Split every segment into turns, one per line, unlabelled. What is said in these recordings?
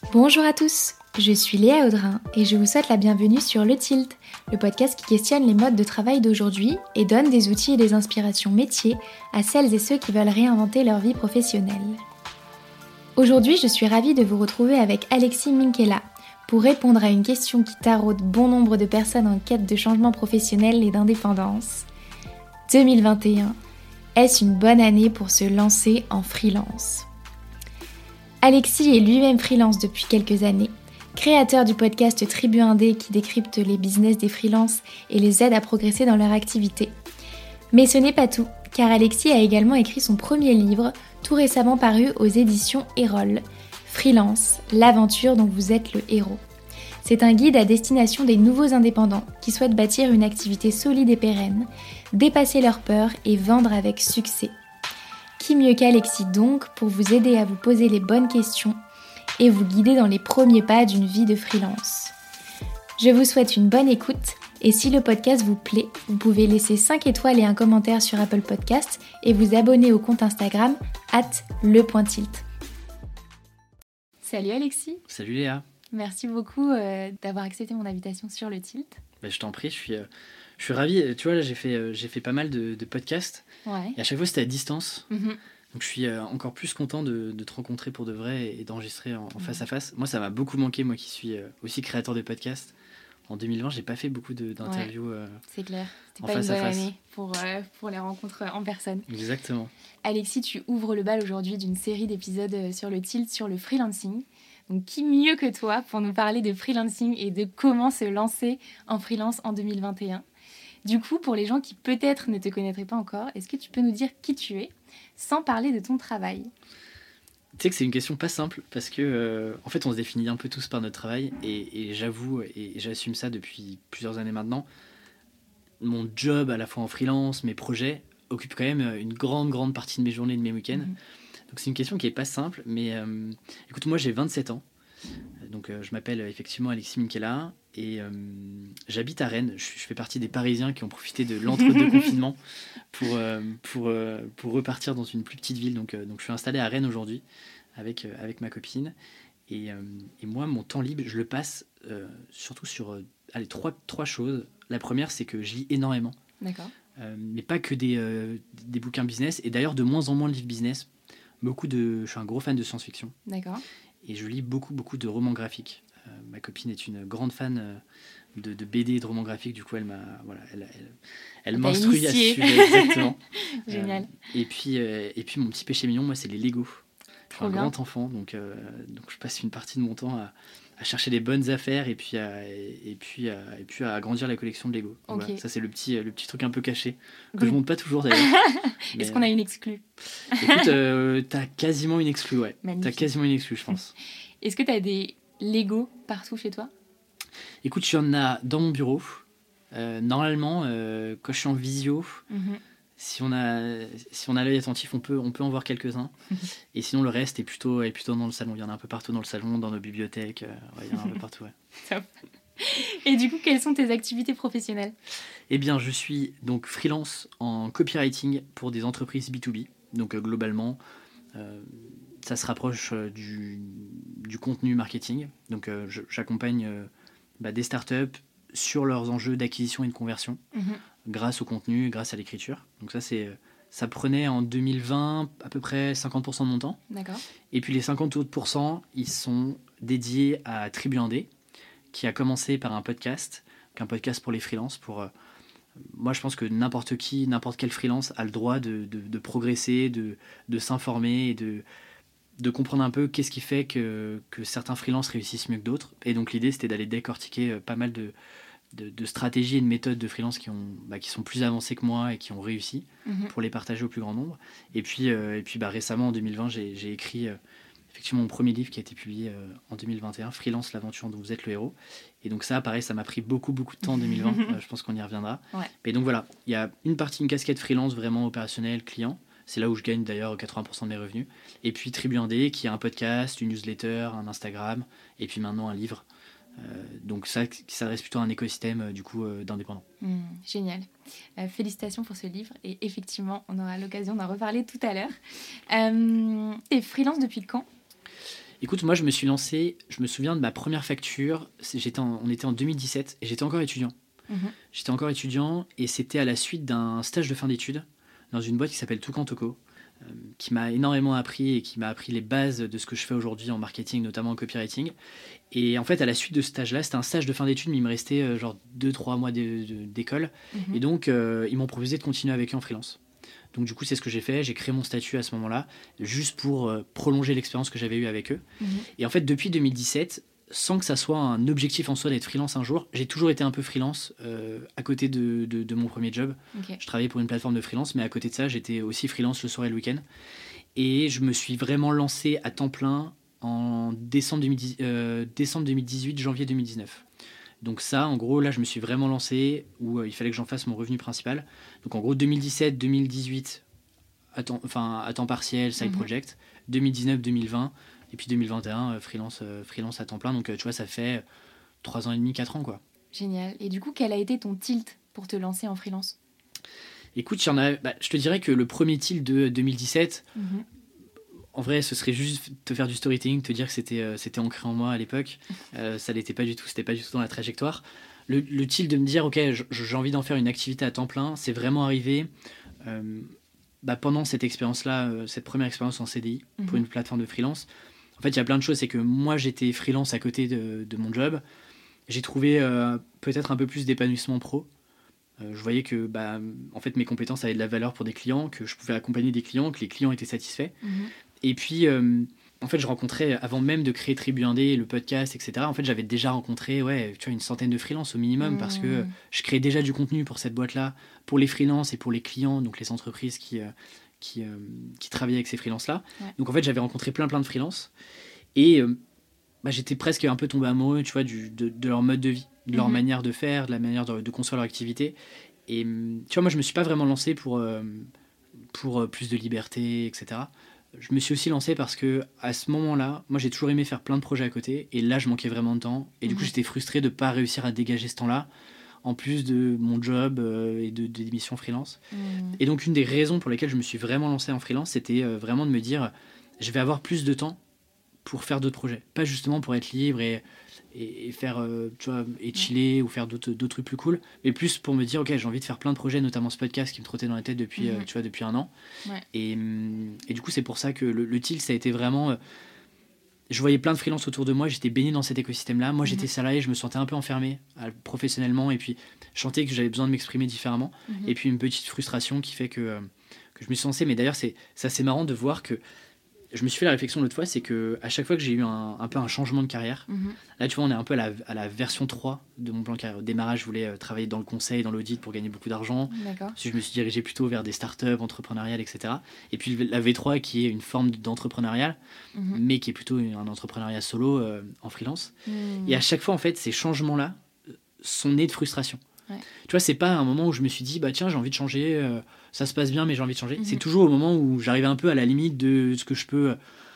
Bonjour à tous, je suis Léa Audrin et je vous souhaite la bienvenue sur Le Tilt, le podcast qui questionne les modes de travail d'aujourd'hui et donne des outils et des inspirations métiers à celles et ceux qui veulent réinventer leur vie professionnelle. Aujourd'hui, je suis ravie de vous retrouver avec Alexis Minkela pour répondre à une question qui taraude bon nombre de personnes en quête de changement professionnel et d'indépendance. 2021, est-ce une bonne année pour se lancer en freelance ? Alexis est lui-même freelance depuis quelques années, créateur du podcast Tribu Indé qui décrypte les business des freelances et les aide à progresser dans leur activité. Mais ce n'est pas tout, car Alexis a également écrit son premier livre, tout récemment paru aux éditions Erol, Freelance, l'aventure dont vous êtes le héros. C'est un guide à destination des nouveaux indépendants qui souhaitent bâtir une activité solide et pérenne, dépasser leurs peurs et vendre avec succès. Qui mieux qu'Alexis donc pour vous aider à vous poser les bonnes questions et vous guider dans les premiers pas d'une vie de freelance. Je vous souhaite une bonne écoute et si le podcast vous plaît, vous pouvez laisser 5 étoiles et un commentaire sur Apple Podcasts et vous abonner au compte Instagram @le.tilt. Salut Alexis.
Salut Léa.
Merci beaucoup d'avoir accepté mon invitation sur le Tilt.
Je t'en prie, je suis ravi. Tu vois, là, j'ai fait pas mal de podcasts.
Ouais.
Et à chaque fois, c'était à distance.
Mm-hmm.
Donc, je suis encore plus content de te rencontrer pour de vrai et d'enregistrer en face à face. Moi, ça m'a beaucoup manqué, moi qui suis aussi créateur de podcasts. En 2020, j'ai pas fait beaucoup d'interviews.
C'est clair. C'était
en
pas une
face
bonne
à face.
année pour les rencontres en personne.
Exactement.
Alexis, tu ouvres le bal aujourd'hui d'une série d'épisodes sur le Tilt sur le freelancing. Donc, qui mieux que toi pour nous parler de freelancing et de comment se lancer en freelance en 2021 ? Du coup, pour les gens qui peut-être ne te connaîtraient pas encore, est-ce que tu peux nous dire qui tu es sans parler de ton travail ?
Tu sais que c'est une question pas simple parce que en fait on se définit un peu tous par notre travail et j'avoue et j'assume ça depuis plusieurs années maintenant. Mon job à la fois en freelance, mes projets occupent quand même une grande partie de mes journées et de mes week-ends. Donc c'est une question qui est pas simple, mais écoute, moi j'ai 27 ans. Donc je m'appelle effectivement Alexis Minkela et j'habite à Rennes. Je fais partie des Parisiens qui ont profité de l'entre-deux confinement pour repartir dans une plus petite ville. Donc je suis installé à Rennes aujourd'hui avec ma copine. Et moi, mon temps libre, je le passe surtout sur trois choses. La première, c'est que je lis énormément.
D'accord.
Mais pas que des bouquins business. Et d'ailleurs, de moins en moins de livres business. Je suis un gros fan de science-fiction.
D'accord.
Et je lis beaucoup de romans graphiques. Ma copine est une grande fan de BD et de romans graphiques. Du coup, elle m'instruit à ce sujet. Exactement.
Génial.
Et puis, mon petit péché mignon, moi, c'est les Lego. Je suis un
bien.
grand enfant, donc je passe une partie de mon temps à chercher les bonnes affaires et puis à agrandir la collection de Lego.
Okay.
Voilà, ça, c'est le petit truc un peu caché que je montre pas toujours d'ailleurs.
Est-ce qu'on a une exclue ?
Écoute, t'as quasiment une exclue, ouais.
Magnifique.
T'as quasiment une exclue, je pense.
Est-ce que t'as des Lego partout chez toi ?
Écoute, il y en a dans mon bureau. Normalement, quand je suis en visio, si on a l'œil attentif, on peut en voir quelques-uns. Et sinon, le reste est plutôt dans le salon. Il y en a un peu partout dans le salon, dans nos bibliothèques. Il y en a un peu partout, ouais.
Top. Et du coup, quelles sont tes activités professionnelles ?
Eh bien, je suis donc freelance en copywriting pour des entreprises B2B. Donc, globalement, ça se rapproche du contenu marketing. Donc, j'accompagne des startups sur leurs enjeux d'acquisition et de conversion grâce au contenu, grâce à l'écriture. Donc ça prenait en 2020 à peu près 50% de mon temps.
D'accord.
Et puis les 50 autres %, ils sont dédiés à Tribu Indé, qui a commencé par un podcast pour les freelances. Moi, je pense que n'importe quel freelance a le droit de progresser, de s'informer et de comprendre un peu qu'est-ce qui fait que certains freelances réussissent mieux que d'autres. Et donc l'idée, c'était d'aller décortiquer pas mal de stratégies et de méthodes de freelance qui sont plus avancées que moi et qui ont réussi pour les partager au plus grand nombre. Et puis récemment, en 2020, j'ai écrit effectivement mon premier livre qui a été publié en 2021, Freelance, l'aventure dont vous êtes le héros. Et donc ça, pareil, ça m'a pris beaucoup de temps en 2020. Je pense qu'on y reviendra. Ouais. Et donc voilà, il y a une casquette freelance vraiment opérationnelle, client. C'est là où je gagne d'ailleurs 80% de mes revenus. Et puis Tribu Indé, qui a un podcast, une newsletter, un Instagram, et puis maintenant un livre. Donc ça qui s'adresse plutôt à un écosystème d'indépendants.
Génial. Félicitations pour ce livre. Et effectivement, on aura l'occasion d'en reparler tout à l'heure. T'es freelance depuis quand ?
Écoute, moi, je me suis lancé, je me souviens de ma première facture, on était en 2017 et j'étais encore étudiant.
Mhm.
J'étais encore étudiant et c'était à la suite d'un stage de fin d'études dans une boîte qui s'appelle Toucan Toco, qui m'a énormément appris et qui m'a appris les bases de ce que je fais aujourd'hui en marketing, notamment en copywriting. Et en fait, à la suite de ce stage-là, c'était un stage de fin d'études, mais il me restait genre 2-3 mois d'école.
Mhm.
Et donc, ils m'ont proposé de continuer avec eux en freelance. Donc du coup, c'est ce que j'ai fait. J'ai créé mon statut à ce moment-là, juste pour prolonger l'expérience que j'avais eue avec eux.
Mhm.
Et en fait, depuis 2017, sans que ça soit un objectif en soi d'être freelance un jour, j'ai toujours été un peu freelance à côté de mon premier job.
Ok.
Je travaillais pour une plateforme de freelance, mais à côté de ça, j'étais aussi freelance le soir et le week-end. Et je me suis vraiment lancé à temps plein en décembre 2018, janvier 2019. Donc ça, en gros, là, je me suis vraiment lancé où il fallait que j'en fasse mon revenu principal. Donc en gros, 2017, 2018, à temps partiel, side
Mhm.
project. 2019, 2020, et puis 2021, freelance à temps plein. Donc tu vois, ça fait 3 ans et demi, 4 ans, quoi.
Génial. Et du coup, quel a été ton tilt pour te lancer en freelance?
Écoute, je te dirais que le premier tilt de 2017,
Mhm.
en vrai, ce serait juste te faire du storytelling, te dire que c'était ancré en moi à l'époque. Ça l'était pas du tout, c'était pas du tout dans la trajectoire. Le tilt de me dire, ok, j'ai envie d'en faire une activité à temps plein, c'est vraiment arrivé pendant cette expérience-là, cette première expérience en CDI pour
Mhm.
une plateforme de freelance. En fait, il y a plein de choses, c'est que moi, j'étais freelance à côté de mon job. J'ai trouvé peut-être un peu plus d'épanouissement pro. Je voyais que en fait, mes compétences avaient de la valeur pour des clients, que je pouvais accompagner des clients, que les clients étaient satisfaits.
Mhm.
Et puis, en fait, je rencontrais, avant même de créer Tribu Indé, le podcast, etc., en fait, j'avais déjà rencontré tu vois, une centaine de freelances au minimum parce que
Mhm.
je créais déjà du contenu pour cette boîte-là, pour les freelances et pour les clients, donc les entreprises qui travaillaient avec ces freelances-là.
Ouais.
Donc, en fait, j'avais rencontré plein de freelances et j'étais presque un peu tombé amoureux, tu vois, de leur mode de vie, de leur
Mhm.
manière de faire, de la manière de construire leur activité. Et tu vois, moi, je me suis pas vraiment lancé pour plus de liberté, etc. Je me suis aussi lancé parce que à ce moment-là, moi j'ai toujours aimé faire plein de projets à côté et là je manquais vraiment de temps et du coup
Mhm.
j'étais frustré de ne pas réussir à dégager ce temps-là en plus de mon job et des missions freelance.
Mhm.
Et donc une des raisons pour lesquelles je me suis vraiment lancé en freelance, c'était vraiment de me dire je vais avoir plus de temps pour faire d'autres projets, pas justement pour être libre et faire tu vois, et chiller ou faire d'autres trucs plus cool, mais plus pour me dire ok, j'ai envie de faire plein de projets, notamment ce podcast qui me trottait dans la tête depuis tu vois, depuis un an.
Ouais.
Et du coup c'est pour ça que le tilt ça a été vraiment je voyais plein de freelances autour de moi, j'étais baigné dans cet écosystème là, moi j'étais salarié, je me sentais un peu enfermé professionnellement et puis je sentais que j'avais besoin de m'exprimer différemment
Mhm.
et puis une petite frustration qui fait que je me suis lancé. Mais d'ailleurs c'est assez marrant de voir que je me suis fait la réflexion l'autre fois, c'est que à chaque fois que j'ai eu un peu un changement de carrière,
Mhm.
là tu vois on est un peu à la version 3 de mon plan de carrière. Au démarrage je voulais travailler dans le conseil, dans l'audit pour gagner beaucoup d'argent.
D'accord.
Ensuite je me suis dirigé plutôt vers des startups entrepreneuriales, etc. Et puis la V3 qui est une forme d'entrepreneurial,
Mhm.
mais qui est plutôt un entrepreneuriat solo en freelance.
Mhm.
Et à chaque fois en fait ces changements-là sont nés de frustration.
Ouais.
Tu vois, c'est pas un moment où je me suis dit bah tiens j'ai envie de changer, ça se passe bien mais j'ai envie de changer.
Mhm.
C'est toujours au moment où j'arrive un peu à la limite de ce que je peux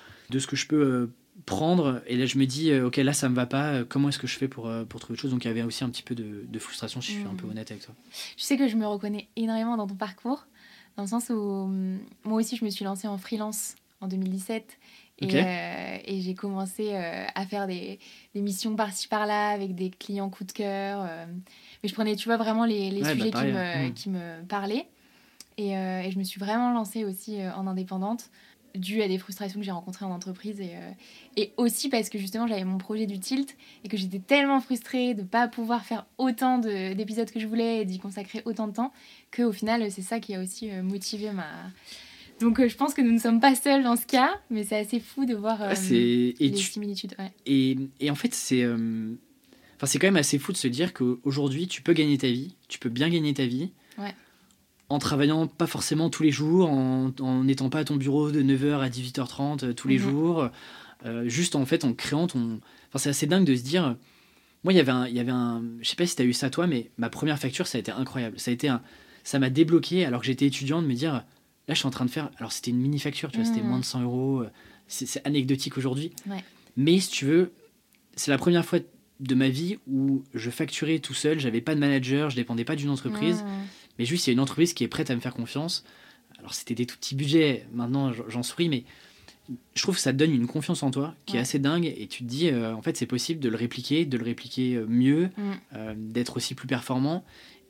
prendre, et là je me dis ok là ça me va pas, comment est-ce que je fais pour trouver autre chose. Donc il y avait aussi un petit peu de frustration si je suis un peu honnête avec toi.
Je sais que je me reconnais énormément dans ton parcours, dans le sens où moi aussi je me suis lancée en freelance en 2017 et,
Ok.
et j'ai commencé à faire des missions par-ci par-là avec des clients coup de cœur, mais je prenais tu vois vraiment les
Ouais,
sujets
pareil,
qui me parlaient et je me suis vraiment lancée aussi en indépendante dû à des frustrations que j'ai rencontrées en entreprise et aussi parce que justement j'avais mon projet du tilt et que j'étais tellement frustrée de ne pas pouvoir faire autant d'épisodes que je voulais et d'y consacrer autant de temps qu'au final c'est ça qui a aussi motivé ma... Donc je pense que nous ne sommes pas seuls dans ce cas, mais c'est assez fou de voir les similitudes. Ouais.
Et en fait c'est c'est quand même assez fou de se dire qu'aujourd'hui tu peux gagner ta vie, tu peux bien gagner ta vie.
Ouais.
En travaillant pas forcément tous les jours, en n'étant pas à ton bureau de 9h à 18h30 tous les jours, juste en fait en créant ton... Enfin c'est assez dingue de se dire... Moi il y avait un... Je sais pas si t'as eu ça toi, mais ma première facture ça a été incroyable. Ça m'a débloqué alors que j'étais étudiant de me dire... Là je suis en train de faire... Alors c'était une mini facture, tu vois, c'était moins de 100 €. C'est anecdotique aujourd'hui.
Ouais.
Mais si tu veux, c'est la première fois de ma vie où je facturais tout seul, j'avais pas de manager, je dépendais pas d'une entreprise. Mais juste, il y a une entreprise qui est prête à me faire confiance. Alors, c'était des tout petits budgets. Maintenant, j'en souris, mais je trouve que ça te donne une confiance en toi qui est
Ouais.
assez dingue et tu te dis en fait c'est possible de le répliquer mieux, d'être aussi plus performant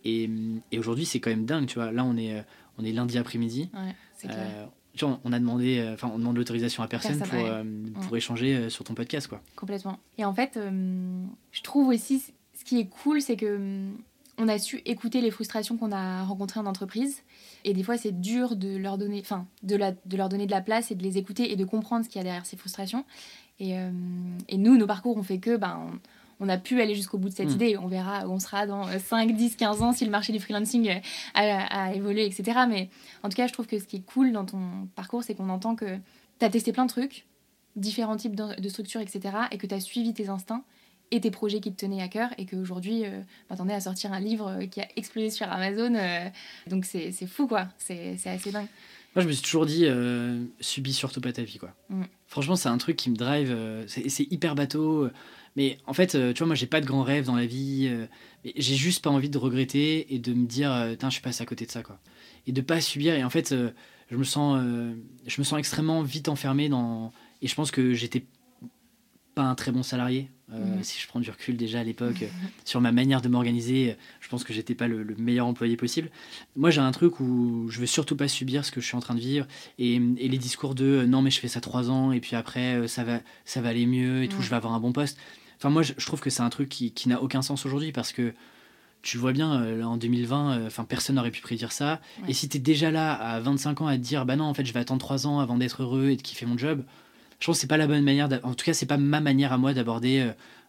et aujourd'hui c'est quand même dingue, tu vois. Là on est lundi après-midi.
Ouais, c'est clair.
Tu vois, on a demandé on demande l'autorisation à personne
Personne,
pour échanger sur ton podcast, quoi.
Complètement. Et en fait, je trouve aussi, ce qui est cool, c'est que on a su écouter les frustrations qu'on a rencontrées en entreprise. Et des fois, c'est dur de leur donner, de leur donner de la place et de les écouter et de comprendre ce qu'il y a derrière ces frustrations. Et nous, nos parcours ont fait que on a pu aller jusqu'au bout de cette idée. On verra où on sera dans 5, 10, 15 ans si le marché du freelancing a évolué, etc. Mais en tout cas, je trouve que ce qui est cool dans ton parcours, c'est qu'on entend que tu as testé plein de trucs, différents types de structures, etc. Et que tu as suivi tes instincts et tes projets qui te tenaient à cœur et qu'aujourd'hui, t'en es à sortir un livre qui a explosé sur Amazon. Donc c'est fou, quoi. C'est assez dingue.
Moi, je me suis toujours dit, subis surtout pas ta vie, quoi. Franchement, c'est un truc qui me drive. C'est hyper bateau. Mais en fait, tu vois, moi, j'ai pas de grands rêves dans la vie. Mais j'ai juste pas envie de regretter et de me dire, putain, je suis passé à côté de ça, quoi. Et de pas subir. Et en fait, je me sens extrêmement vite enfermé dans. Et je pense que j'étais pas un très bon salarié. Si je prends du recul déjà à l'époque, sur ma manière de m'organiser, je pense que j'étais pas le meilleur employé possible. Moi, j'ai un truc où je veux surtout pas subir ce que je suis en train de vivre et les discours de non mais je fais ça 3 ans et puis après ça va aller mieux et tout, je vais avoir un bon poste. Enfin moi je trouve que c'est un truc qui n'a aucun sens aujourd'hui parce que tu vois bien là, en 2020 personne n'aurait pu prédire ça. Et si t'es déjà là à 25 ans à te dire bah non en fait je vais attendre 3 ans avant d'être heureux et de kiffer mon job, je pense que c'est pas la bonne manière en tout cas c'est pas ma manière à moi d'aborder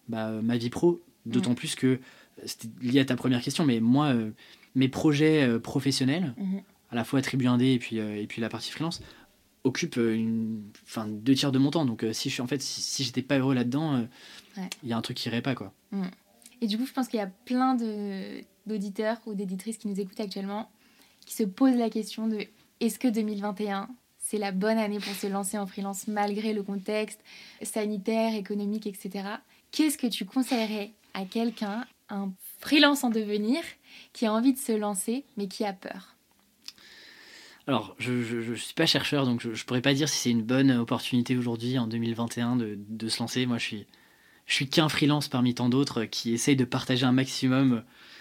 ma vie pro, d'autant plus que c'était lié à ta première question, mais moi mes projets professionnels à la fois Tribu Indé et puis la partie freelance occupent 2 tiers de mon temps, donc si j'étais pas heureux là-dedans, il y a un truc qui irait pas, quoi.
Et du coup je pense qu'il y a plein d'auditeurs ou d'éditrices qui nous écoutent actuellement qui se posent la question de est-ce que 2021 c'est la bonne année pour se lancer en freelance malgré le contexte sanitaire, économique, etc. Qu'est-ce que tu conseillerais à quelqu'un, un freelance en devenir, qui a envie de se lancer, mais qui a peur ?
Alors, je suis pas chercheur, donc je pourrais pas dire si c'est une bonne opportunité aujourd'hui, en 2021, de se lancer. Moi, je suis qu'un freelance parmi tant d'autres qui essaye de partager un maximum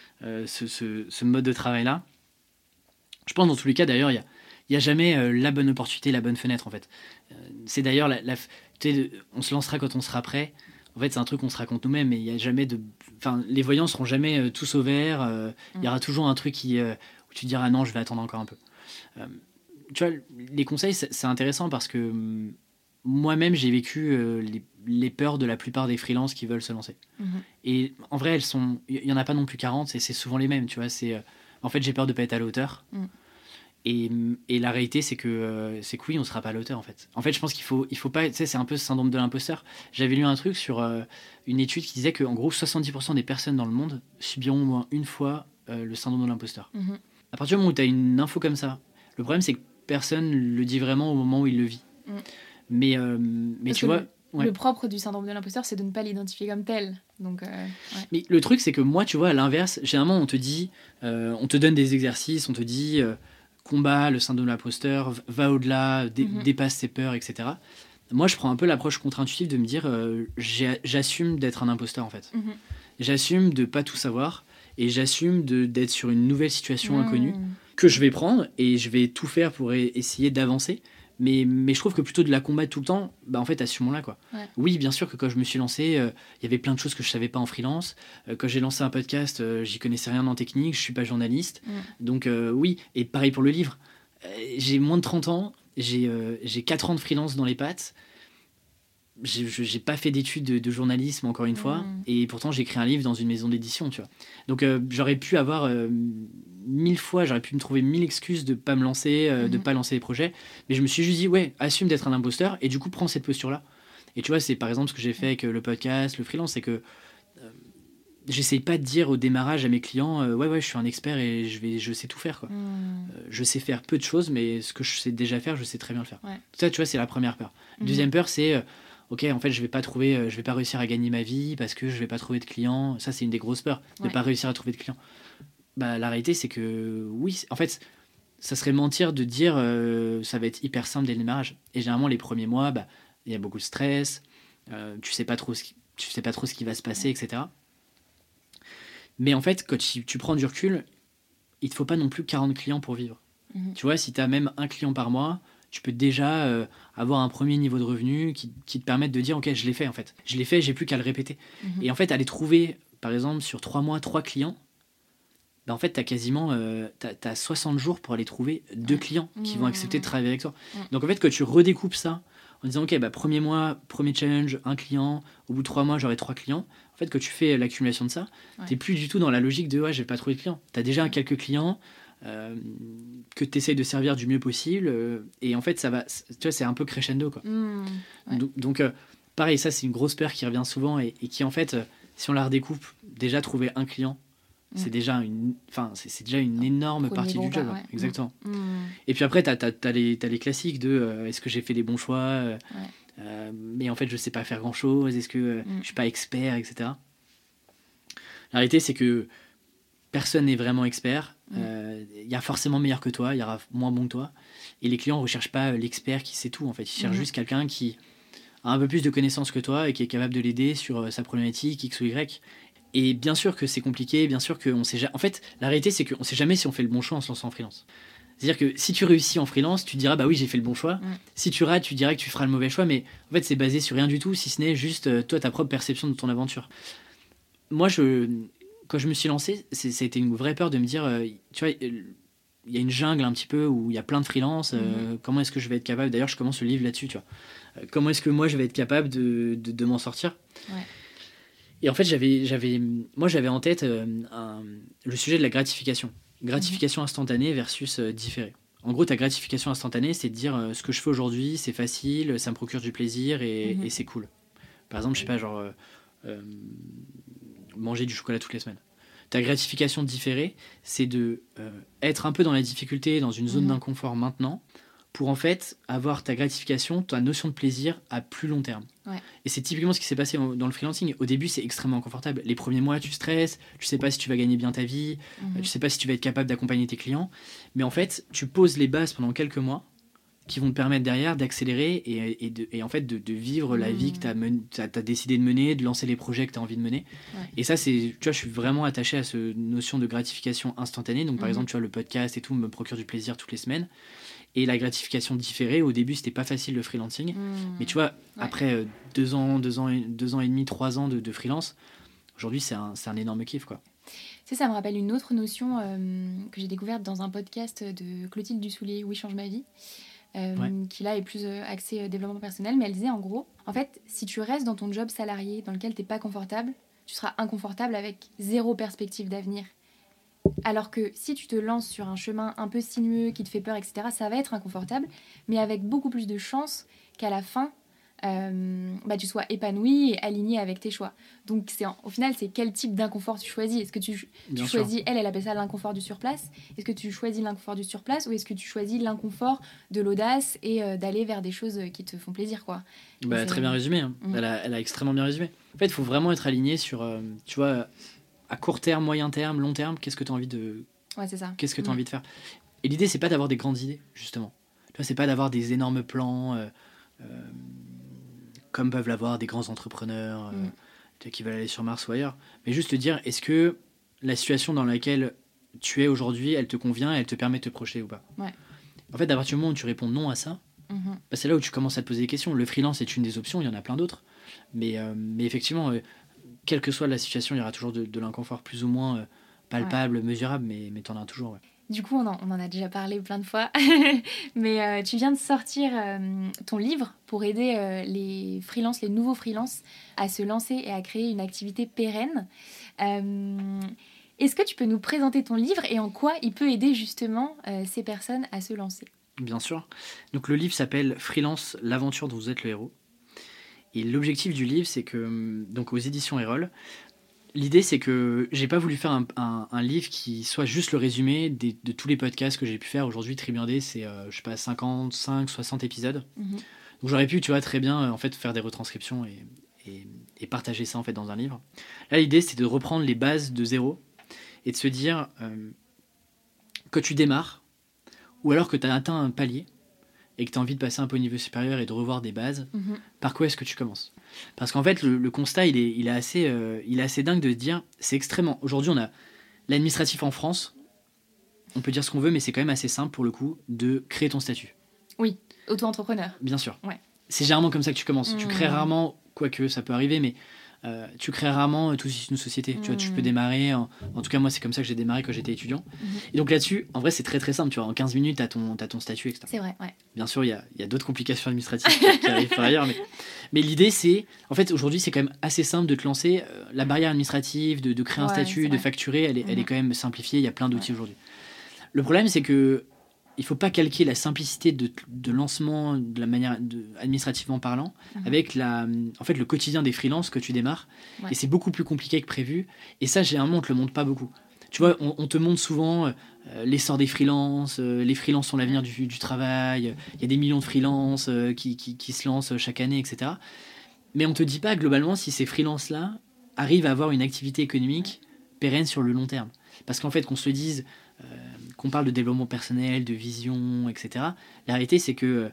ce mode de travail-là. Je pense dans tous les cas, d'ailleurs, il y a jamais la bonne opportunité, la bonne fenêtre, en fait. C'est d'ailleurs, on se lancera quand on sera prêt. En fait, c'est un truc qu'on se raconte nous-mêmes, mais il y a jamais de... Enfin, les voyants seront jamais tous au vert. Il y aura toujours un truc où tu te diras, non, je vais attendre encore un peu. Tu vois, les conseils, c'est intéressant parce que moi-même, j'ai vécu les peurs de la plupart des freelances qui veulent se lancer. Et en vrai, il y en a pas non plus 40, et c'est souvent les mêmes, tu vois. En fait, j'ai peur de pas être à la hauteur. Et la réalité, c'est que oui, on sera pas à la hauteur, en fait. En fait, je pense qu'il faut pas... Tu sais, c'est un peu ce syndrome de l'imposteur. J'avais lu un truc sur une étude qui disait qu'en gros, 70% des personnes dans le monde subiront au moins une fois le syndrome de l'imposteur. À partir du moment où tu as une info comme ça, le problème, c'est que personne le dit vraiment au moment où il le vit. Mais tu vois...
Le propre du syndrome de l'imposteur, c'est de ne pas l'identifier comme tel. Donc,
Mais le truc, c'est que moi, tu vois, à l'inverse, généralement, on te dit... on te donne des exercices, on te dit... combat le syndrome de l'imposteur, va au-delà, dépasse ses peurs, etc. Moi, je prends un peu l'approche contre-intuitive de me dire j'assume d'être un imposteur, en fait. J'assume de pas tout savoir et j'assume d'être sur une nouvelle situation inconnue que je vais prendre et je vais tout faire pour essayer d'avancer. Mais je trouve que plutôt de la combattre tout le temps, en fait, assumons-la, quoi. Oui, bien sûr que quand je me suis lancé, il y avait plein de choses que je savais pas en freelance. Quand j'ai lancé un podcast, j'y connaissais rien en technique, je suis pas journaliste. Donc oui, et pareil pour le livre. J'ai moins de 30 ans, j'ai 4 ans de freelance dans les pattes. J'ai pas fait d'études de journalisme, encore une fois, et pourtant j'ai écrit un livre dans une maison d'édition, tu vois. Donc j'aurais pu avoir 1000 fois, j'aurais pu me trouver 1000 excuses de pas me lancer, de pas lancer des projets, mais je me suis juste dit ouais, assume d'être un imposteur et du coup prends cette posture là. Et tu vois, c'est par exemple ce que j'ai fait avec le podcast, le freelance, c'est que j'essaye pas de dire au démarrage à mes clients ouais je suis un expert et je sais tout faire, quoi. Je sais faire peu de choses, mais ce que je sais déjà faire, je sais très bien le faire. Tout ça, tu vois, c'est la première peur. Deuxième peur, c'est ok, en fait, je vais pas réussir à gagner ma vie parce que je vais pas trouver de clients. Ça, c'est une des grosses peurs, de pas réussir à trouver de clients. La réalité, c'est que oui, en fait, ça serait mentir de dire ça va être hyper simple dès le démarrage. Et généralement, les premiers mois, il y a beaucoup de stress, tu sais pas trop ce qui va se passer, etc. Mais en fait, quand tu prends du recul, il te faut pas non plus 40 clients pour vivre. Tu vois, si tu as même un client par mois, tu peux déjà avoir un premier niveau de revenu qui te permette de dire, ok, je l'ai fait en fait. Je l'ai fait, j'ai plus qu'à le répéter. Et en fait, aller trouver, par exemple, sur 3 mois, 3 clients, en fait, tu as quasiment t'as 60 jours pour aller trouver 2 clients qui vont accepter de travailler avec toi. Donc en fait, quand tu redécoupes ça en disant, ok, premier mois, premier challenge, un client, au bout de 3 mois, j'aurai 3 clients. En fait, quand tu fais l'accumulation de ça, t'es plus du tout dans la logique de, je vais pas trouver de clients. Tu as déjà quelques clients que tu essayes de servir du mieux possible. Et en fait, ça va, tu vois, c'est un peu crescendo, quoi. Donc pareil, ça, c'est une grosse peur qui revient souvent et qui, en fait, si on la redécoupe, déjà trouver un client, c'est déjà c'est déjà une énorme partie du job. Exactement. Et puis après, t'as les classiques de est-ce que j'ai fait les bons choix mais en fait, je sais pas faire grand-chose. Est-ce que je suis pas expert, etc. La réalité, c'est que personne n'est vraiment expert. Il y a forcément meilleur que toi, il y aura moins bon que toi. Et les clients ne recherchent pas l'expert qui sait tout, en fait. Ils cherchent juste quelqu'un qui a un peu plus de connaissances que toi et qui est capable de l'aider sur sa problématique X ou Y. Et bien sûr que c'est compliqué, bien sûr qu'on sait jamais. En fait, la réalité, c'est qu'on sait jamais si on fait le bon choix en se lançant en freelance. C'est-à-dire que si tu réussis en freelance, tu diras, bah oui, j'ai fait le bon choix. Si tu rates, tu diras que tu feras le mauvais choix. Mais en fait, c'est basé sur rien du tout, si ce n'est juste toi, ta propre perception de ton aventure. Moi, quand je me suis lancé, ça a été une vraie peur de me dire, tu vois, il y a une jungle un petit peu où il y a plein de freelance. Comment est-ce que je vais être capable? D'ailleurs, je commence le livre là-dessus, tu vois. Comment est-ce que moi, je vais être capable de m'en sortir? Et en fait, j'avais en tête le sujet de la gratification. Gratification instantanée versus différée. En gros, ta gratification instantanée, c'est de dire ce que je fais aujourd'hui, c'est facile, ça me procure du plaisir et c'est cool. Par exemple, je sais pas, genre manger du chocolat toutes les semaines. Ta gratification différée, c'est de être un peu dans la difficulté, dans une zone d'inconfort maintenant, pour en fait avoir ta gratification, ta notion de plaisir à plus long terme. Et c'est typiquement ce qui s'est passé dans le freelancing. Au début, c'est extrêmement inconfortable. Les premiers mois, tu stresses, tu sais pas si tu vas gagner bien ta vie, tu sais pas si tu vas être capable d'accompagner tes clients. Mais en fait, tu poses les bases pendant quelques mois qui vont te permettre derrière d'accélérer et en fait de vivre la vie que tu as décidé de mener, de lancer les projets que tu as envie de mener. Et ça, tu vois, je suis vraiment attaché à cette notion de gratification instantanée. Donc par exemple, tu vois, le podcast et tout me procure du plaisir toutes les semaines. Et la gratification différée, au début, c'était pas facile le freelancing. Mais tu vois, après 2 ans et demi, 3 ans de freelance, aujourd'hui, c'est un énorme kiff, quoi.
Ça me rappelle une autre notion que j'ai découverte dans un podcast de Clotilde Dussoulier, Oui, change ma vie, qui là est plus axé développement personnel. Mais elle disait en gros, en fait, si tu restes dans ton job salarié dans lequel t'es pas confortable, tu seras inconfortable avec 0 perspective d'avenir. Alors que si tu te lances sur un chemin un peu sinueux, qui te fait peur, etc., ça va être inconfortable, mais avec beaucoup plus de chances qu'à la fin, tu sois épanoui et aligné avec tes choix. Donc au final, c'est quel type d'inconfort tu choisis? Est-ce que tu choisis, elle appelle ça l'inconfort du surplace. Est-ce que tu choisis l'inconfort du surplace ou est-ce que tu choisis l'inconfort de l'audace et d'aller vers des choses qui te font plaisir, quoi?
Très bien résumé, hein. Elle a extrêmement bien résumé. En fait, il faut vraiment être aligné sur, tu vois, à court terme, moyen terme, long terme, qu'est-ce que tu as envie de...
c'est ça.
Qu'est-ce que tu as envie de faire? Et l'idée, c'est pas d'avoir des grandes idées, justement. Tu vois, c'est pas d'avoir des énormes plans comme peuvent l'avoir des grands entrepreneurs qui veulent aller sur Mars ou ailleurs. Mais juste te dire, est-ce que la situation dans laquelle tu es aujourd'hui, elle te convient, elle te permet de te projeter ou pas? En fait, à partir du moment où tu réponds non à ça, c'est là où tu commences à te poser des questions. Le freelance est une des options, il y en a plein d'autres. Mais effectivement... quelle que soit la situation, il y aura toujours de l'inconfort plus ou moins palpable, mesurable, mais t'en as toujours.
Du coup, on en a déjà parlé plein de fois, mais tu viens de sortir ton livre pour aider les freelances, les nouveaux freelances, à se lancer et à créer une activité pérenne. Est-ce que tu peux nous présenter ton livre et en quoi il peut aider justement ces personnes à se lancer?
Bien sûr. Donc le livre s'appelle « Freelance, l'aventure dont vous êtes le héros ». Et l'objectif du livre, c'est que, donc aux éditions Erol, l'idée c'est que j'ai pas voulu faire un livre qui soit juste le résumé de tous les podcasts que j'ai pu faire. Aujourd'hui, Tribune D, c'est, 55, 60 épisodes. Donc j'aurais pu, tu vois, très bien en fait, faire des retranscriptions et partager ça en fait dans un livre. Là, l'idée, c'est de reprendre les bases de zéro et de se dire que tu démarres ou alors que tu as atteint un palier et que tu as envie de passer un peu au niveau supérieur et de revoir des bases, par quoi est-ce que tu commences? Parce qu'en fait, le constat, il est assez dingue de se dire, c'est extrêmement... Aujourd'hui, on a l'administratif en France, on peut dire ce qu'on veut, mais c'est quand même assez simple, pour le coup, de créer ton statut.
Oui, auto-entrepreneur.
Bien sûr.
Ouais.
C'est généralement comme ça que tu commences. Tu crées rarement, quoique ça peut arriver, mais tu crées rarement tout de suite une société. Tu vois, tu peux démarrer, en tout cas moi c'est comme ça que j'ai démarré quand j'étais étudiant. Et donc là-dessus, en vrai c'est très très simple, tu vois, en 15 minutes t'as ton statut, etc.
C'est vrai, ouais.
Bien sûr, il y a d'autres complications administratives qui arrivent par ailleurs, mais l'idée c'est, en fait aujourd'hui c'est quand même assez simple de te lancer. La barrière administrative, de créer un statut, de facturer, elle est quand même simplifiée, il y a plein d'outils aujourd'hui. Le problème c'est que il faut pas calquer la simplicité de lancement de la manière administrativement parlant avec en fait le quotidien des freelances que tu démarres, et c'est beaucoup plus compliqué que prévu, et ça généralement on te le montre pas beaucoup. Tu vois, on te montre souvent l'essor des freelances, les freelances sont l'avenir du travail, il y a des millions de freelances qui se lancent chaque année, etc. Mais on te dit pas globalement si ces freelances là arrivent à avoir une activité économique pérenne sur le long terme. Parce qu'en fait, qu'on se le dise, qu'on parle de développement personnel, de vision, etc. La réalité, c'est que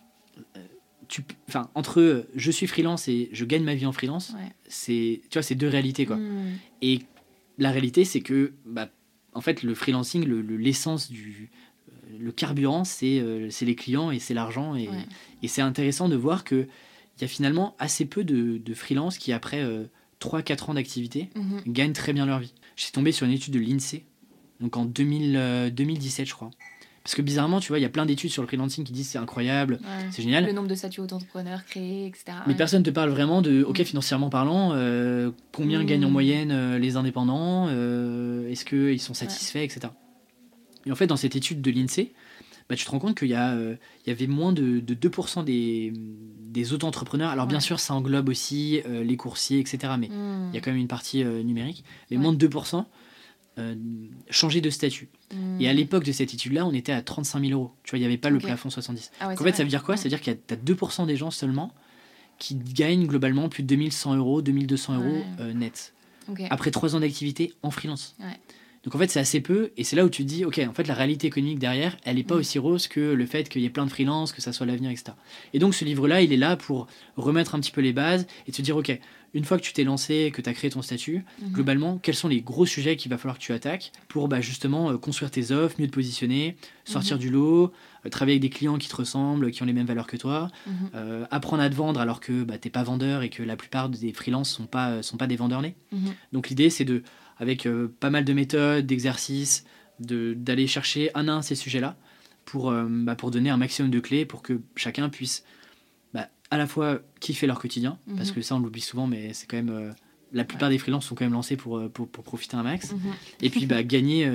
entre je suis freelance et je gagne ma vie en freelance, c'est deux réalités, quoi. Et la réalité, c'est que en fait, le freelancing, l'essence le carburant, c'est les clients et c'est l'argent. Et c'est intéressant de voir qu'il y a finalement assez peu de freelance qui, après 3-4 ans d'activité, gagnent très bien leur vie. J'ai tombé sur une étude de l'INSEE, donc en 2017, je crois. Parce que bizarrement, tu vois, il y a plein d'études sur le freelancing qui disent c'est incroyable, c'est génial.
Le nombre de statuts auto-entrepreneurs créés, etc.
Mais personne ne te parle vraiment de, financièrement parlant, combien gagnent en moyenne les indépendants, est-ce qu'ils sont satisfaits, etc. Et en fait, dans cette étude de l'INSEE, tu te rends compte qu'il y avait moins de 2% des auto-entrepreneurs. Alors bien sûr, ça englobe aussi les coursiers, etc. Mais il y a quand même une partie numérique. Mais moins de 2% changer de statut. Et à l'époque de cette étude-là, on était à 35 000 euros. Tu vois, il n'y avait pas le plafond 70. Donc en fait, ça veut dire quoi? Ça veut dire qu'il y a 2% des gens seulement qui gagnent globalement plus de 2100 euros, 2200 euros net. Après 3 ans d'activité en freelance. Donc en fait, c'est assez peu, et c'est là où tu te dis, ok, en fait, la réalité économique derrière, elle n'est pas aussi rose que le fait qu'il y ait plein de freelance, que ça soit l'avenir, etc. Et donc ce livre-là, il est là pour remettre un petit peu les bases et te dire, ok, une fois que tu t'es lancé, que tu as créé ton statut, globalement, quels sont les gros sujets qu'il va falloir que tu attaques pour justement construire tes offres, mieux te positionner, sortir du lot, travailler avec des clients qui te ressemblent, qui ont les mêmes valeurs que toi, apprendre à te vendre alors que t'es pas vendeur et que la plupart des freelances sont pas des vendeurs nés. Donc l'idée, c'est avec pas mal de méthodes, d'exercices, d'aller chercher un à un ces sujets-là pour donner un maximum de clés pour que chacun puisse à la fois kiffer leur quotidien, parce que ça on l'oublie souvent, mais c'est quand même la plupart des freelances sont quand même lancés pour profiter un max, et puis bien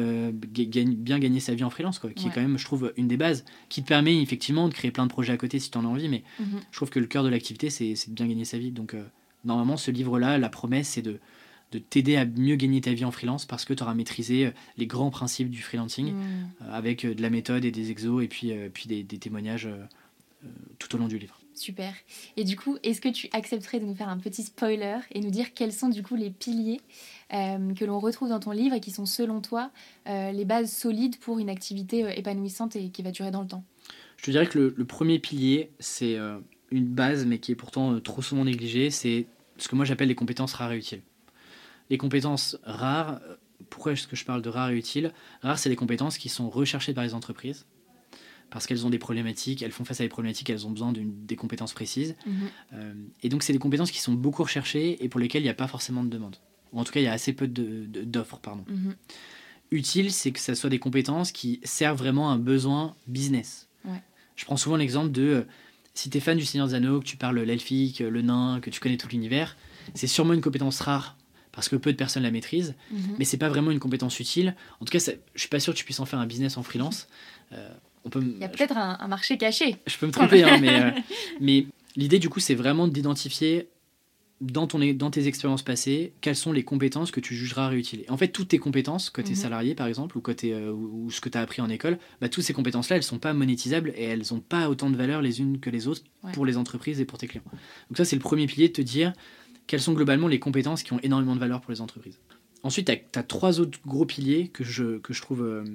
gagner sa vie en freelance, quoi, qui est quand même, je trouve, une des bases qui te permet effectivement de créer plein de projets à côté si tu en as envie, mais je trouve que le cœur de l'activité c'est de bien gagner sa vie. Donc normalement ce livre-là, la promesse c'est de t'aider à mieux gagner ta vie en freelance, parce que tu auras maîtrisé les grands principes du freelancing avec de la méthode et des exos et puis des témoignages tout au long du livre.
Super. Et du coup, est-ce que tu accepterais de nous faire un petit spoiler et nous dire quels sont du coup les piliers que l'on retrouve dans ton livre et qui sont selon toi les bases solides pour une activité épanouissante et qui va durer dans le temps?
Je te dirais que le premier pilier, c'est une base, mais qui est pourtant trop souvent négligée, c'est ce que moi j'appelle les compétences rares et utiles. Les compétences rares, pourquoi est-ce que je parle de rares et utiles? Rares, c'est les compétences qui sont recherchées par les entreprises, parce qu'elles ont des problématiques, elles font face à des problématiques, elles ont besoin des compétences précises. Et donc, c'est des compétences qui sont beaucoup recherchées et pour lesquelles il n'y a pas forcément de demande. Ou en tout cas, il y a assez peu d'offres. Utile, c'est que ça soit des compétences qui servent vraiment à un besoin business. Je prends souvent l'exemple de si tu es fan du Seigneur des Anneaux, que tu parles l'elfique, le nain, que tu connais tout l'univers, c'est sûrement une compétence rare parce que peu de personnes la maîtrisent, mais c'est pas vraiment une compétence utile. En tout cas, je suis pas sûr que tu puisses en faire un business en freelance.
Il y a peut-être un marché caché.
Je peux me tromper, hein, mais l'idée du coup, c'est vraiment d'identifier dans tes expériences passées quelles sont les compétences que tu jugeras réutiles. En fait, toutes tes compétences, quand tu es salarié par exemple, ou ce que tu as appris en école, toutes ces compétences-là, elles sont pas monétisables et elles n'ont pas autant de valeur les unes que les autres pour les entreprises et pour tes clients. Donc ça, c'est le premier pilier, de te dire quelles sont globalement les compétences qui ont énormément de valeur pour les entreprises. Ensuite, tu as 3 autres gros piliers que je trouve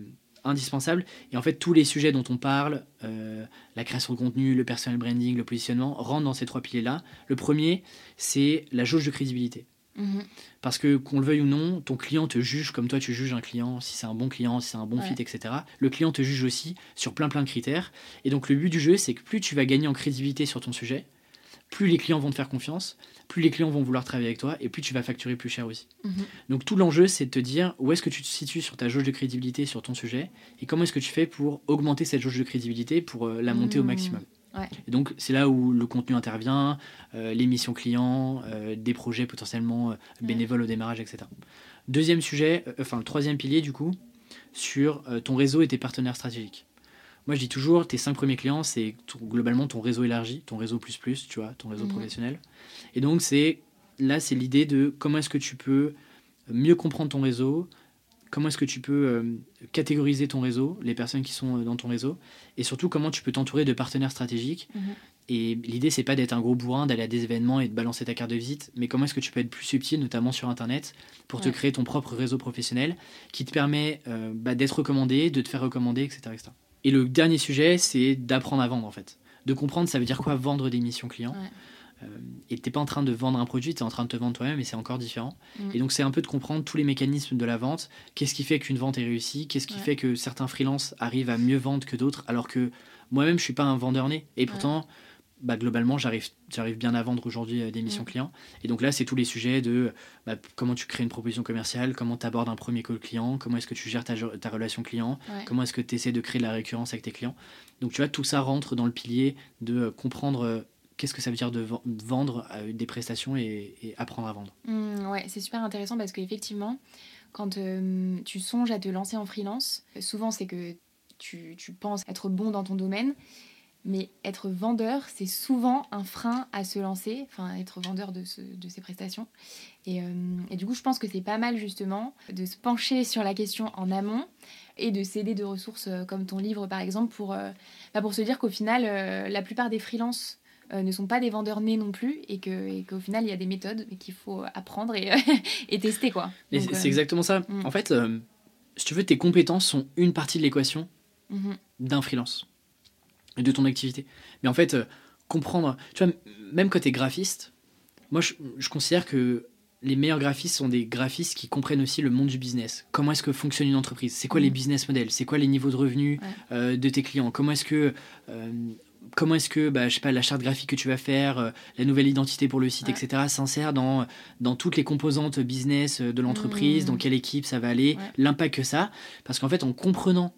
indispensable. Et en fait, tous les sujets dont on parle, la création de contenu, le personal branding, le positionnement, rentrent dans ces 3 piliers-là. Le premier, c'est la jauge de crédibilité. Parce que, qu'on le veuille ou non, ton client te juge comme toi tu juges un client, si c'est un bon client, si c'est un bon fit, etc. Le client te juge aussi sur plein de critères. Et donc le but du jeu, c'est que plus tu vas gagner en crédibilité sur ton sujet, plus les clients vont te faire confiance, plus les clients vont vouloir travailler avec toi, et plus tu vas facturer plus cher aussi. Donc tout l'enjeu, c'est de te dire où est-ce que tu te situes sur ta jauge de crédibilité sur ton sujet, et comment est-ce que tu fais pour augmenter cette jauge de crédibilité, pour la monter au maximum. Et donc c'est là où le contenu intervient, les missions clients, des projets potentiellement bénévoles au démarrage, etc. Deuxième sujet, le troisième pilier du coup, sur ton réseau et tes partenaires stratégiques. Moi je dis toujours, tes 5 premiers clients, c'est globalement ton réseau élargi, ton réseau plus, tu vois, ton réseau professionnel. Et donc c'est l'idée de comment est-ce que tu peux mieux comprendre ton réseau, comment est-ce que tu peux catégoriser ton réseau, les personnes qui sont dans ton réseau, et surtout comment tu peux t'entourer de partenaires stratégiques. Et l'idée, c'est pas d'être un gros bourrin, d'aller à des événements et de balancer ta carte de visite, mais comment est-ce que tu peux être plus subtil, notamment sur Internet, pour te créer ton propre réseau professionnel qui te permet d'être recommandé, de te faire recommander, etc., etc. Et le dernier sujet, c'est d'apprendre à vendre, en fait. De comprendre, ça veut dire quoi vendre des missions clients. Et t'es pas en train de vendre un produit, t'es en train de te vendre toi-même, et c'est encore différent. Et donc c'est un peu de comprendre tous les mécanismes de la vente, qu'est-ce qui fait qu'une vente est réussie, qu'est-ce qui fait que certains freelances arrivent à mieux vendre que d'autres, alors que moi-même je suis pas un vendeur né, et pourtant globalement j'arrive bien à vendre aujourd'hui des missions clients. Et donc là c'est tous les sujets de comment tu crées une proposition commerciale, comment tu abordes un premier call client, comment est-ce que tu gères ta relation client, comment est-ce que tu essaies de créer de la récurrence avec tes clients. Donc tu vois, tout ça rentre dans le pilier de comprendre qu'est-ce que ça veut dire de vendre des prestations et apprendre à vendre.
Ouais, c'est super intéressant parce qu'effectivement, quand tu songes à te lancer en freelance, souvent c'est que tu penses être bon dans ton domaine, mais être vendeur, c'est souvent un frein à se lancer, enfin être vendeur de ses prestations. Et du coup, je pense que c'est pas mal justement de se pencher sur la question en amont et de s'aider de ressources comme ton livre par exemple pour se dire qu'au final, la plupart des freelances ne sont pas des vendeurs nés non plus et qu'au final il y a des méthodes qu'il faut apprendre et tester quoi.
Donc, c'est exactement ça. En fait, si tu veux, tes compétences sont une partie de l'équation d'un freelance et de ton activité. Mais en fait, comprendre, tu vois, même quand tu es graphiste, moi je considère que les meilleurs graphistes sont des graphistes qui comprennent aussi le monde du business. Comment est-ce que fonctionne une entreprise ? C'est quoi les business models ? C'est quoi les niveaux de revenus de tes clients ? Comment est-ce que je sais pas, la charte graphique que tu vas faire, la nouvelle identité pour le site, etc., s'insère dans toutes les composantes business de l'entreprise, dans quelle équipe ça va aller, l'impact que ça. Parce qu'en fait, en comprenant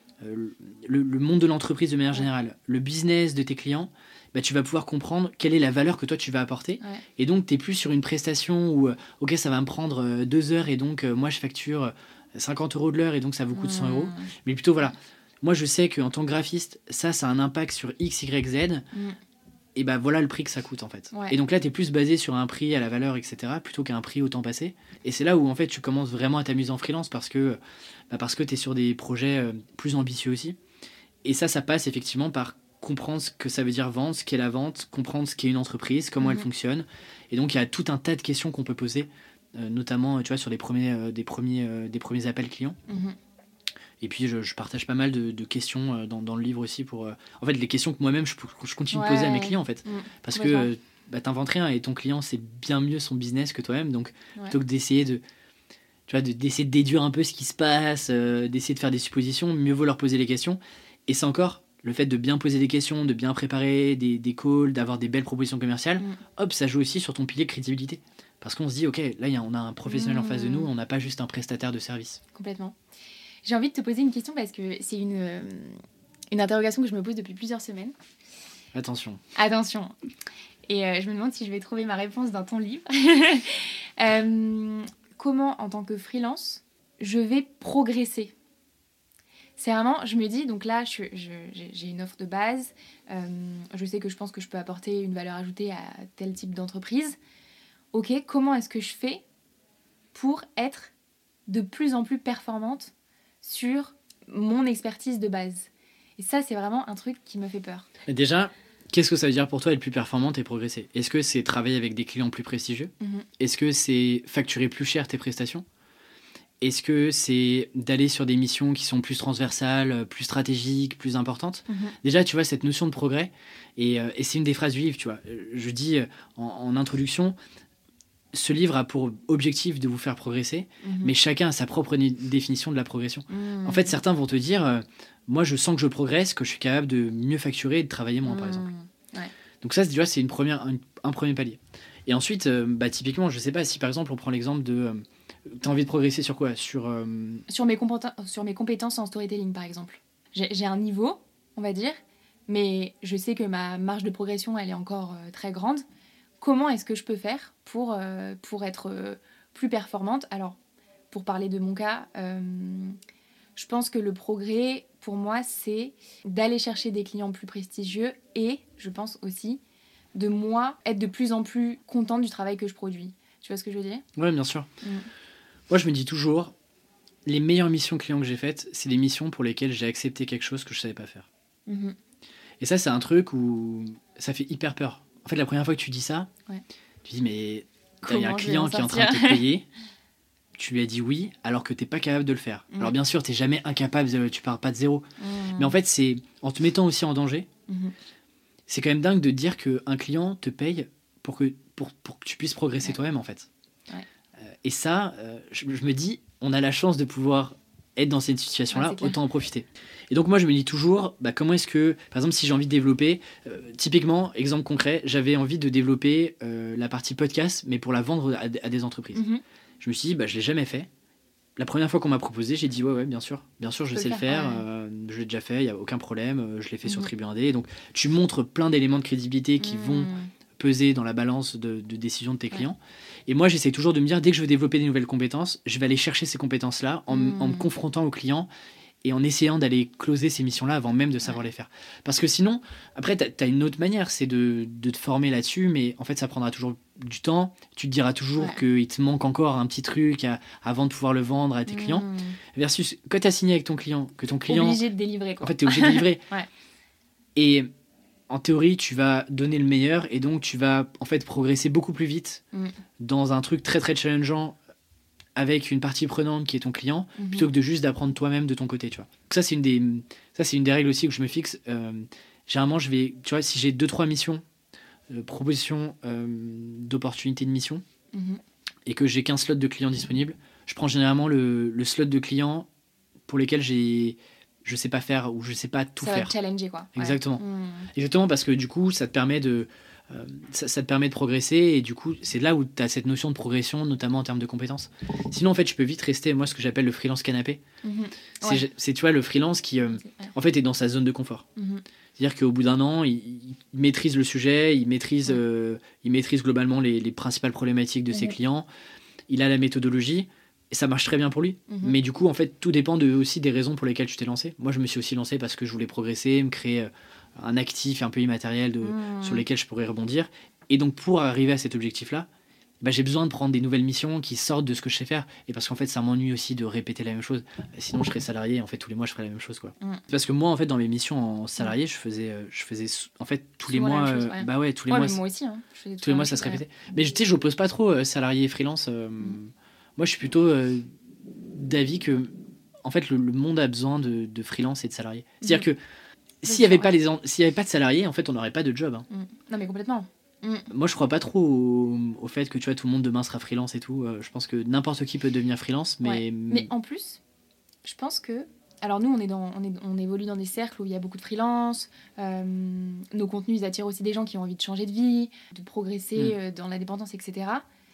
le monde de l'entreprise de manière générale, le business de tes clients, tu vas pouvoir comprendre quelle est la valeur que toi tu vas apporter. Et donc, tu n'es plus sur une prestation où, ok, ça va me prendre 2 heures et donc moi je facture 50 € de l'heure et donc ça vous coûte 100 €. Mais plutôt, voilà. Moi, je sais qu'en tant que graphiste, ça a un impact sur X, Y, Z. Et voilà le prix que ça coûte, en fait. Et donc là, tu es plus basé sur un prix à la valeur, etc., plutôt qu'un prix au temps passé. Et c'est là où, en fait, tu commences vraiment à t'amuser en freelance parce que tu es sur des projets plus ambitieux aussi. Et ça passe effectivement par comprendre ce que ça veut dire vendre, ce qu'est la vente, comprendre ce qu'est une entreprise, comment elle fonctionne. Et donc, il y a tout un tas de questions qu'on peut poser, notamment, tu vois, sur des premiers appels clients. Et puis je partage pas mal de questions dans le livre aussi pour en fait les questions que moi-même je continue de poser à mes clients en fait parce que t'inventes rien et ton client c'est bien mieux son business que toi-même, donc plutôt que d'essayer d'essayer de déduire un peu ce qui se passe, d'essayer de faire des suppositions, mieux vaut leur poser les questions. Et c'est encore le fait de bien poser des questions, de bien préparer des calls, d'avoir des belles propositions commerciales, hop, ça joue aussi sur ton pilier de crédibilité parce qu'on se dit ok, là on a un professionnel en face de nous, on n'a pas juste un prestataire de service.
Complètement. J'ai envie de te poser une question parce que c'est une interrogation que je me pose depuis plusieurs semaines.
Attention.
Et je me demande si je vais trouver ma réponse dans ton livre. Comment, en tant que freelance, je vais progresser ? C'est vraiment, je me dis, donc là, j'ai une offre de base. Je sais que je pense que je peux apporter une valeur ajoutée à tel type d'entreprise. Ok, comment est-ce que je fais pour être de plus en plus performante sur mon expertise de base? Et ça, c'est vraiment un truc qui me fait peur.
Déjà, qu'est-ce que ça veut dire pour toi être plus performante et progresser ? Est-ce que c'est travailler avec des clients plus prestigieux ? Est-ce que c'est facturer plus cher tes prestations ? Est-ce que c'est d'aller sur des missions qui sont plus transversales, plus stratégiques, plus importantes? Déjà, tu vois, cette notion de progrès, et c'est une des phrases du livre, tu vois. Je dis en introduction, ce livre a pour objectif de vous faire progresser, mais chacun a sa propre définition de la progression. En fait, certains vont te dire, moi, je sens que je progresse, que je suis capable de mieux facturer et de travailler moins, par exemple.
Ouais.
Donc ça, tu vois, c'est un premier palier. Et ensuite, typiquement, je sais pas, si par exemple, on prend l'exemple de... t'as envie de progresser sur quoi? Sur
mes compétences en storytelling, par exemple. J'ai un niveau, on va dire, mais je sais que ma marge de progression, elle est encore très grande. Comment est-ce que je peux faire pour être plus performante? Alors, pour parler de mon cas, je pense que le progrès, pour moi, c'est d'aller chercher des clients plus prestigieux et, je pense aussi, de moi être de plus en plus contente du travail que je produis. Tu vois ce que je veux dire?
Ouais, bien sûr. Moi, je me dis toujours, les meilleures missions clients que j'ai faites, c'est des missions pour lesquelles j'ai accepté quelque chose que je savais pas faire. Et ça, c'est un truc où ça fait hyper peur. En fait, la première fois que tu dis ça, tu dis, mais il y a un client qui est en train de te payer, tu lui as dit oui, alors que t'es pas capable de le faire. Alors bien sûr, t'es jamais incapable, tu pars pas de zéro. Mais en fait, c'est en te mettant aussi en danger, c'est quand même dingue de dire qu'un client te paye pour que tu puisses progresser toi-même, en fait. Et ça, je me dis, on a la chance de pouvoir être dans cette situation-là, autant en profiter. Et donc moi, je me dis toujours, comment est-ce que, par exemple, si j'ai envie de développer, typiquement, exemple concret, j'avais envie de développer la partie podcast, mais pour la vendre à des entreprises. Je me suis dit, je l'ai jamais fait. La première fois qu'on m'a proposé, j'ai dit ouais, bien sûr, je sais le faire, je l'ai déjà fait, il n'y a aucun problème, je l'ai fait sur Tribu Indé. Donc tu montres plein d'éléments de crédibilité qui vont peser dans la balance de décision de tes clients. Et moi, j'essaie toujours de me dire, dès que je veux développer des nouvelles compétences, je vais aller chercher ces compétences-là en me confrontant aux clients et en essayant d'aller closer ces missions-là avant même de savoir les faire. Parce que sinon, après, tu as une autre manière, c'est de te former là-dessus, mais en fait, ça prendra toujours du temps. Tu te diras toujours qu'il te manque encore un petit truc avant de pouvoir le vendre à tes clients. Versus, quand tu as signé avec ton client, que ton client...
Obligé de délivrer, quoi.
En fait, tu es obligé de délivrer. Et en théorie, tu vas donner le meilleur et donc tu vas en fait progresser beaucoup plus vite dans un truc très très challengeant avec une partie prenante qui est ton client, plutôt que de juste d'apprendre toi-même de ton côté, tu vois. Donc ça, c'est une des règles aussi que je me fixe. Généralement, tu vois, si j'ai 2-3 missions, propositions d'opportunités de mission, et que j'ai qu'un slot de clients disponible, je prends généralement le slot de clients pour lesquels je sais pas faire ou je sais pas tout faire.
Ça va te challenger, quoi.
Exactement. Exactement, parce que du coup, ça te permet de progresser, et du coup, c'est là où tu as cette notion de progression, notamment en termes de compétences. Sinon, en fait, tu peux vite rester, moi, ce que j'appelle le freelance canapé. C'est, tu vois, le freelance qui, en fait, est dans sa zone de confort. C'est-à-dire qu'au bout d'un an, il maîtrise le sujet, il maîtrise globalement les principales problématiques de ses clients, il a la méthodologie, et ça marche très bien pour lui. Mais du coup, en fait, tout dépend aussi des raisons pour lesquelles tu t'es lancé. Moi, je me suis aussi lancé parce que je voulais progresser, me créer un actif un peu immatériel sur lesquels je pourrais rebondir. Et donc, pour arriver à cet objectif-là, j'ai besoin de prendre des nouvelles missions qui sortent de ce que je sais faire. Et parce qu'en fait, ça m'ennuie aussi de répéter la même chose. Sinon, je serais salarié. En fait, tous les mois, je ferais la même chose, quoi. Parce que moi, en fait, dans mes missions en salarié, je faisais en fait, tous les mois... tous les mois...
Moi aussi, hein.
Tous les mois, ça se répétait. Mais tu sais, je n'oppose pas trop salarié et freelance. Moi, je suis plutôt d'avis que, en fait, le monde a besoin de freelance et de salariés. C'est-à-dire que s'il n'y avait pas de salariés, en fait, on n'aurait pas de job. Hein.
Non, mais complètement.
Moi, je crois pas trop au fait que, tu vois, tout le monde demain sera freelance et tout. Je pense que n'importe qui peut devenir freelance, mais...
Mais en plus, je pense que... Alors nous, on évolue dans des cercles où il y a beaucoup de freelance. Nos contenus, ils attirent aussi des gens qui ont envie de changer de vie, de progresser dans l'indépendance, etc.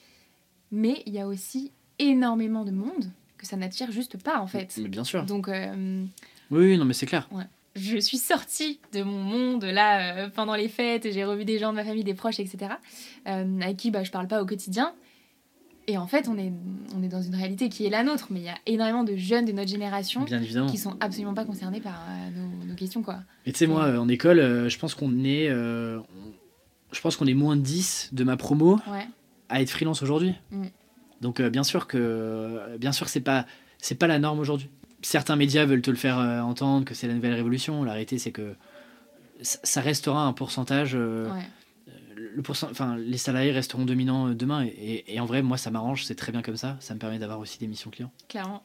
Mais il y a aussi énormément de monde que ça n'attire juste pas, en fait.
Mais bien sûr.
Donc,
oui, non, mais c'est clair.
Je suis sortie de mon monde, là, pendant les fêtes. J'ai revu des gens de ma famille, des proches, etc. Avec qui je parle pas au quotidien. Et en fait, on est dans une réalité qui est la nôtre. Mais il y a énormément de jeunes de notre génération qui sont absolument pas concernés par nos questions, quoi.
Et tu sais, moi, en école, je pense qu'on est... je pense qu'on est moins de 10 de ma promo à être freelance aujourd'hui. Donc bien sûr c'est pas la norme aujourd'hui. Certains médias veulent te le faire entendre que c'est la nouvelle révolution. La réalité, c'est que ça restera un pourcentage. les salariés resteront dominants demain. Et en vrai, moi, ça m'arrange, c'est très bien comme ça. Ça me permet d'avoir aussi des missions clients.
Clairement.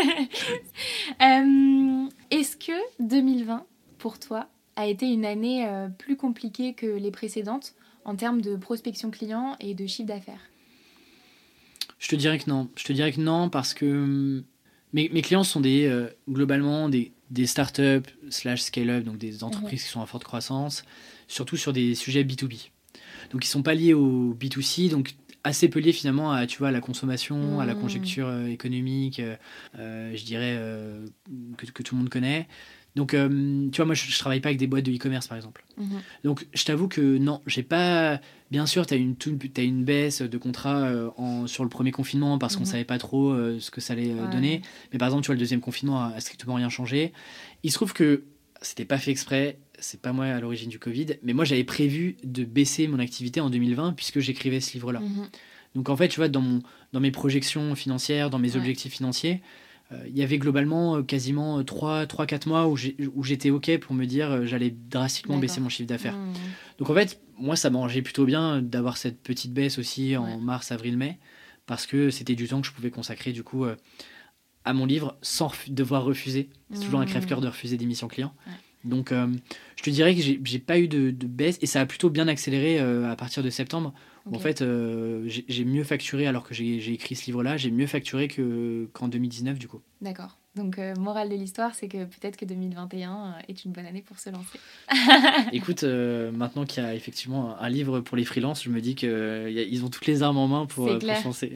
Est-ce que 2020, pour toi, a été une année plus compliquée que les précédentes en termes de prospection client et de chiffre d'affaires?
Je te dirais que non. Je te dirais que non parce que mes clients sont globalement des startups / scale-up, donc des entreprises qui sont en forte croissance, surtout sur des sujets B2B. Donc ils sont pas liés au B2C, donc assez peu liés finalement à, tu vois, à la consommation, à la conjecture économique, je dirais que tout le monde connaît. Donc, tu vois, moi, je travaille pas avec des boîtes de e-commerce, par exemple. Donc, je t'avoue que non, j'ai pas... Bien sûr, t'as une baisse de contrats sur le premier confinement parce qu'on savait pas trop ce que ça allait donner. Mais par exemple, tu vois, le deuxième confinement a strictement rien changé. Il se trouve que c'était pas fait exprès, c'est pas moi à l'origine du Covid, mais moi, j'avais prévu de baisser mon activité en 2020 puisque j'écrivais ce livre-là. Donc, en fait, tu vois, dans mes projections financières, dans mes objectifs financiers, il y avait globalement quasiment 3-4 mois où j'étais OK pour me dire j'allais drastiquement baisser mon chiffre d'affaires. Donc en fait, moi, ça m'arrangeait plutôt bien d'avoir cette petite baisse aussi en mars, avril, mai, parce que c'était du temps que je pouvais consacrer du coup à mon livre sans devoir refuser. C'est toujours un crève-cœur de refuser des missions clients. Donc je te dirais que j'ai pas eu de baisse et ça a plutôt bien accéléré à partir de septembre. En fait, j'ai mieux facturé alors que j'ai écrit ce livre-là, j'ai mieux facturé qu'en 2019 du coup.
D'accord. Donc, morale de l'histoire, c'est que peut-être que 2021 est une bonne année pour se lancer.
Écoute, maintenant qu'il y a effectivement un livre pour les freelances, je me dis qu'ils ont toutes les armes en main pour se lancer.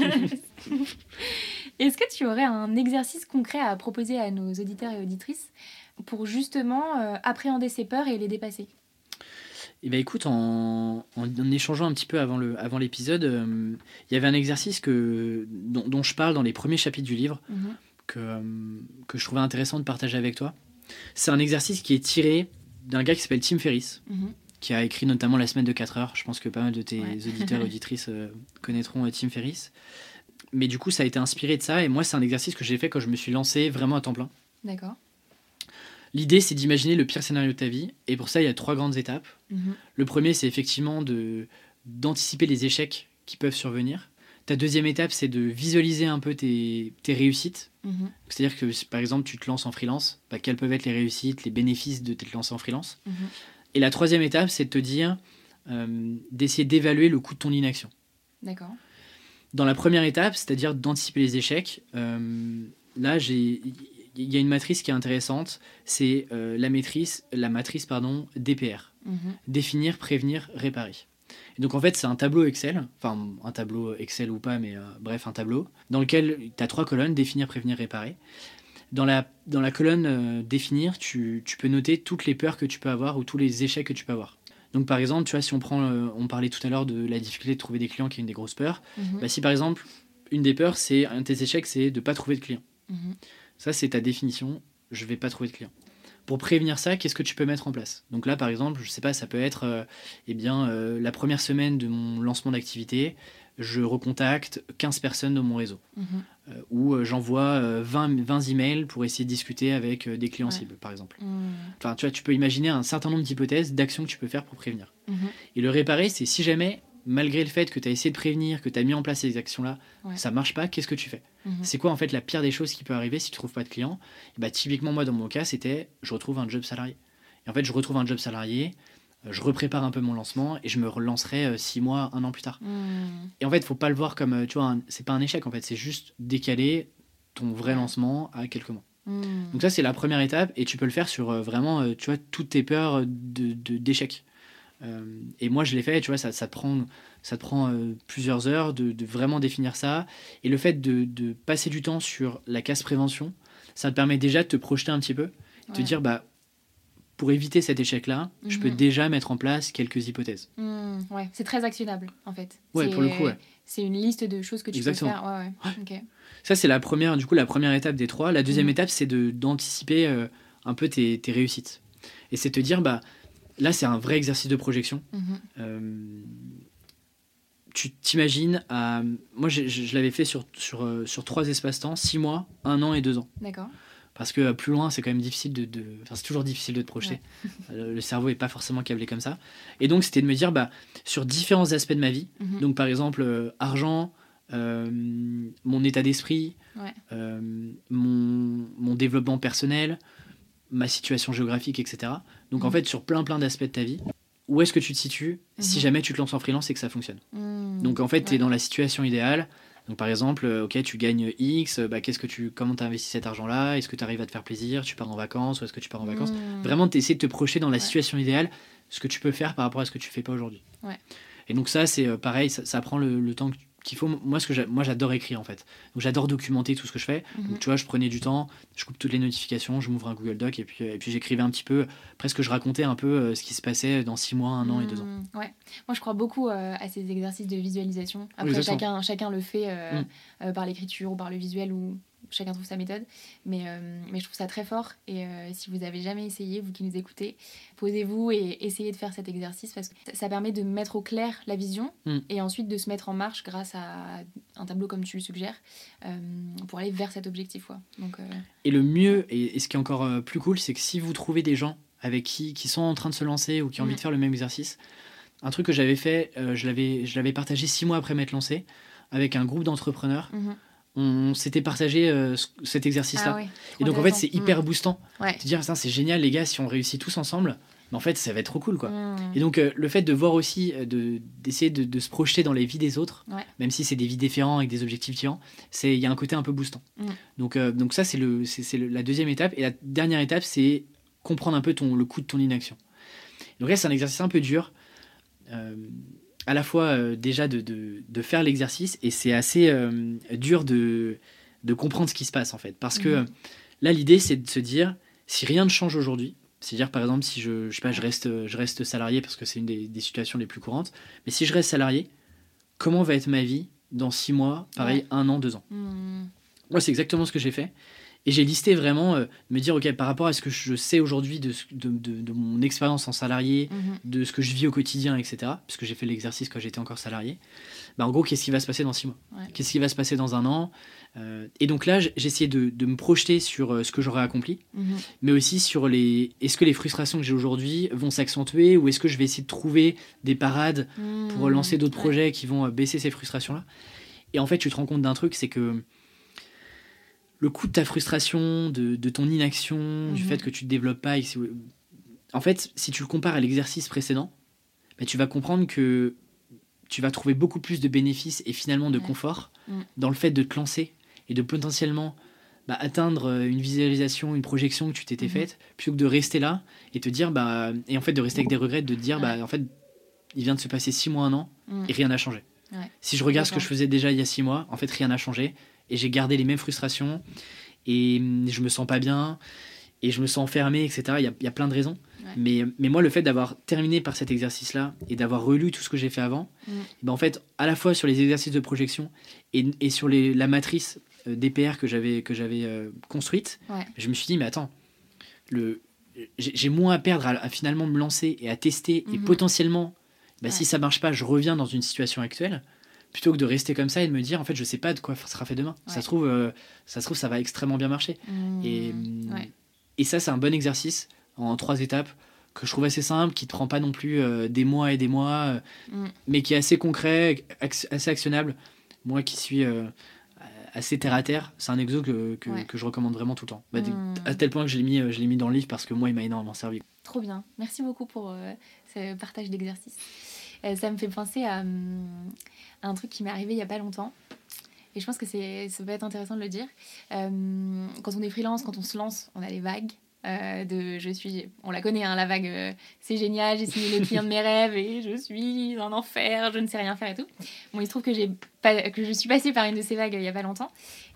Est-ce que tu aurais un exercice concret à proposer à nos auditeurs et auditrices pour justement appréhender ces peurs et les dépasser?
Eh bien, écoute, en échangeant un petit peu avant l'épisode, il y avait un exercice dont je parle dans les premiers chapitres du livre que je trouvais intéressant de partager avec toi. C'est un exercice qui est tiré d'un gars qui s'appelle Tim Ferriss, qui a écrit notamment La semaine de 4 heures. Je pense que pas mal de tes auditeurs et auditrices connaîtront Tim Ferriss. Mais du coup, ça a été inspiré de ça. Et moi, c'est un exercice que j'ai fait quand je me suis lancé vraiment à temps plein.
D'accord.
L'idée, c'est d'imaginer le pire scénario de ta vie. Et pour ça, il y a 3 grandes étapes. Le premier, c'est effectivement d'anticiper les échecs qui peuvent survenir. Ta deuxième étape, c'est de visualiser un peu tes réussites. C'est-à-dire que, par exemple, tu te lances en freelance. Quelles peuvent être les réussites, les bénéfices de te lancer en freelance. Et la troisième étape, c'est de te dire, d'essayer d'évaluer le coût de ton inaction. D'accord. Dans la première étape, c'est-à-dire d'anticiper les échecs, là, il y a une matrice qui est intéressante, c'est la matrice DPR. Définir, prévenir, réparer. Et donc en fait, c'est un tableau Excel, enfin un tableau Excel ou pas, mais bref, un tableau, dans lequel tu as 3 colonnes, définir, prévenir, réparer. Dans la colonne définir, tu peux noter toutes les peurs que tu peux avoir ou tous les échecs que tu peux avoir. Donc par exemple, tu vois, si on parlait tout à l'heure de la difficulté de trouver des clients qui est une des grosses peurs, si par exemple, une des peurs, un de tes échecs, c'est de ne pas trouver de clients. Ça, c'est ta définition, je ne vais pas trouver de clients. Pour prévenir ça, qu'est-ce que tu peux mettre en place? Donc là, par exemple, je sais pas, ça peut être la première semaine de mon lancement d'activité, je recontacte 15 personnes de mon réseau. Ou j'envoie 20 emails pour essayer de discuter avec des clients cibles, par exemple. Enfin, tu vois, tu peux imaginer un certain nombre d'hypothèses, d'actions que tu peux faire pour prévenir. Et le réparer, c'est si jamais, malgré le fait que tu as essayé de prévenir, que tu as mis en place ces actions-là, ça marche pas, qu'est-ce que tu fais? C'est quoi en fait la pire des choses qui peut arriver si tu trouves pas de clients? Et typiquement moi dans mon cas c'était je retrouve un job salarié. Et en fait je retrouve un job salarié, je reprépare un peu mon lancement et je me relancerai 6 mois, 1 an plus tard. Et en fait faut pas le voir comme tu vois c'est pas un échec en fait, c'est juste décaler ton vrai lancement à quelques mois. Donc ça c'est la première étape et tu peux le faire sur vraiment tu vois toutes tes peurs d'échec. Et moi je l'ai fait, tu vois, ça te prend plusieurs heures de vraiment définir ça. Et le fait de passer du temps sur la case prévention, ça te permet déjà de te projeter un petit peu, de te dire, pour éviter cet échec-là, je peux déjà mettre en place quelques hypothèses.
Ouais, c'est très actionnable, en fait.
Ouais, pour le coup, ouais.
C'est une liste de choses que tu peux faire. Ouais. Okay.
Ça, c'est la première étape des 3. La deuxième étape, c'est d'anticiper un peu tes réussites. Et c'est te dire, là, c'est un vrai exercice de projection. Tu t'imagines moi, je l'avais fait sur 3 espaces-temps, 6 mois, 1 an et 2 ans.
D'accord.
Parce que plus loin, c'est quand même difficile Enfin, c'est toujours difficile de te projeter. Le cerveau n'est pas forcément câblé comme ça. Et donc, c'était de me dire, sur différents aspects de ma vie, donc par exemple, argent, mon état d'esprit, mon développement personnel, ma situation géographique, etc. Donc, en fait, sur plein d'aspects de ta vie, où est-ce que tu te situes si jamais tu te lances en freelance et que ça fonctionne. Donc, en fait, tu es dans la situation idéale. Donc par exemple, ok, tu gagnes X, comment tu investis cet argent-là? Est-ce que tu arrives à te faire plaisir? Tu pars en vacances ou est-ce que tu pars en vacances? Vraiment, tu essaies de te projeter dans la situation idéale, ce que tu peux faire par rapport à ce que tu fais pas aujourd'hui. Et donc ça, c'est pareil, ça prend le temps qu'il faut. Moi, j'adore écrire en fait. Donc j'adore documenter tout ce que je fais. Donc tu vois, je prenais du temps, je coupe toutes les notifications, je m'ouvre un Google Doc et puis j'écrivais un petit peu, presque je racontais un peu ce qui se passait dans 6 mois, 1 an et 2 ans.
Ouais. Moi, je crois beaucoup à ces exercices de visualisation. Après, chacun le fait par l'écriture ou par le visuel ou chacun trouve sa méthode. Mais je trouve ça très fort. Et si vous n'avez jamais essayé, vous qui nous écoutez, posez-vous et essayez de faire cet exercice parce que ça permet de mettre au clair la vision et ensuite de se mettre en marche grâce à un tableau comme tu le suggères pour aller vers cet objectif. Donc,
et le mieux, et ce qui est encore plus cool, c'est que si vous trouvez des gens avec qui sont en train de se lancer ou qui ont envie de faire le même exercice, un truc que j'avais fait, je l'avais partagé 6 mois après m'être lancé avec un groupe d'entrepreneurs. On s'était partagé cet exercice-là. Et donc en fait, c'est hyper boostant. Te dire, ça, c'est génial, les gars, si on réussit tous ensemble, en fait, ça va être trop cool, quoi. Et donc le fait de voir aussi, d'essayer de se projeter dans les vies des autres, même si c'est des vies différentes avec des objectifs différents, il y a un côté un peu boostant. Donc ça, c'est la deuxième étape. Et la dernière étape, c'est comprendre un peu le coût de ton inaction. Donc là, c'est un exercice un peu dur. À la fois déjà de faire l'exercice et c'est assez dur de comprendre ce qui se passe en fait parce que là l'idée c'est de se dire si rien ne change aujourd'hui, c'est-à-dire par exemple si je sais pas, je reste salarié parce que c'est une des situations les plus courantes, mais si je reste salarié, comment va être ma vie dans 6 mois, pareil 1 an, 2 ans. Moi c'est exactement ce que j'ai fait. Et j'ai listé vraiment, me dire, ok, par rapport à ce que je sais aujourd'hui de mon expérience en salarié, de ce que je vis au quotidien, etc., puisque j'ai fait l'exercice quand j'étais encore salarié, en gros, qu'est-ce qui va se passer dans 6 mois? Qu'est-ce qui va se passer dans 1 an? Et donc là, j'ai essayé de me projeter sur ce que j'aurais accompli, mais aussi sur est-ce que les frustrations que j'ai aujourd'hui vont s'accentuer ou est-ce que je vais essayer de trouver des parades pour lancer d'autres projets qui vont baisser ces frustrations-là? Et en fait, tu te rends compte d'un truc, c'est que le coût de ta frustration, de ton inaction, du fait que tu ne te développes pas. En fait, si tu le compares à l'exercice précédent, tu vas comprendre que tu vas trouver beaucoup plus de bénéfices et finalement de confort dans le fait de te lancer et de potentiellement atteindre une visualisation, une projection que tu t'étais faite, plutôt que de rester là et te dire, et en fait de rester avec des regrets, de te dire, en fait, il vient de se passer 6 mois, 1 an et rien n'a changé. Si je regarde ce que je faisais déjà il y a 6 mois, en fait, rien n'a changé. Et j'ai gardé les mêmes frustrations et je me sens pas bien et je me sens enfermé, etc. Il y a plein de raisons. Mais moi, le fait d'avoir terminé par cet exercice-là et d'avoir relu tout ce que j'ai fait avant, en fait, à la fois sur les exercices de projection et sur la matrice DPR que j'avais construite, je me suis dit, mais attends, j'ai moins à perdre à finalement me lancer et à tester et potentiellement, si ça marche pas, je reviens dans une situation actuelle, plutôt que de rester comme ça et de me dire en fait je sais pas de quoi sera fait demain. Ça se trouve ça va extrêmement bien marcher. Et ça c'est un bon exercice en 3 étapes que je trouve assez simple, qui te prend pas non plus des mois et des mois, mais qui est assez concret, assez actionnable. Moi qui suis assez terre à terre, c'est un exo que je recommande vraiment tout le temps. À tel point que je l'ai mis dans le livre parce que moi il m'a énormément servi.
Trop bien, merci beaucoup pour ce partage d'exercice. Ça me fait penser à un truc qui m'est arrivé il y a pas longtemps et je pense que ça peut être intéressant de le dire. Quand on est freelance, quand on se lance, on a les vagues on la connaît la vague, c'est génial, j'ai signé le client de mes rêves et je suis en enfer, je ne sais rien faire et tout. Bon, il se trouve que je suis passée par une de ces vagues il y a pas longtemps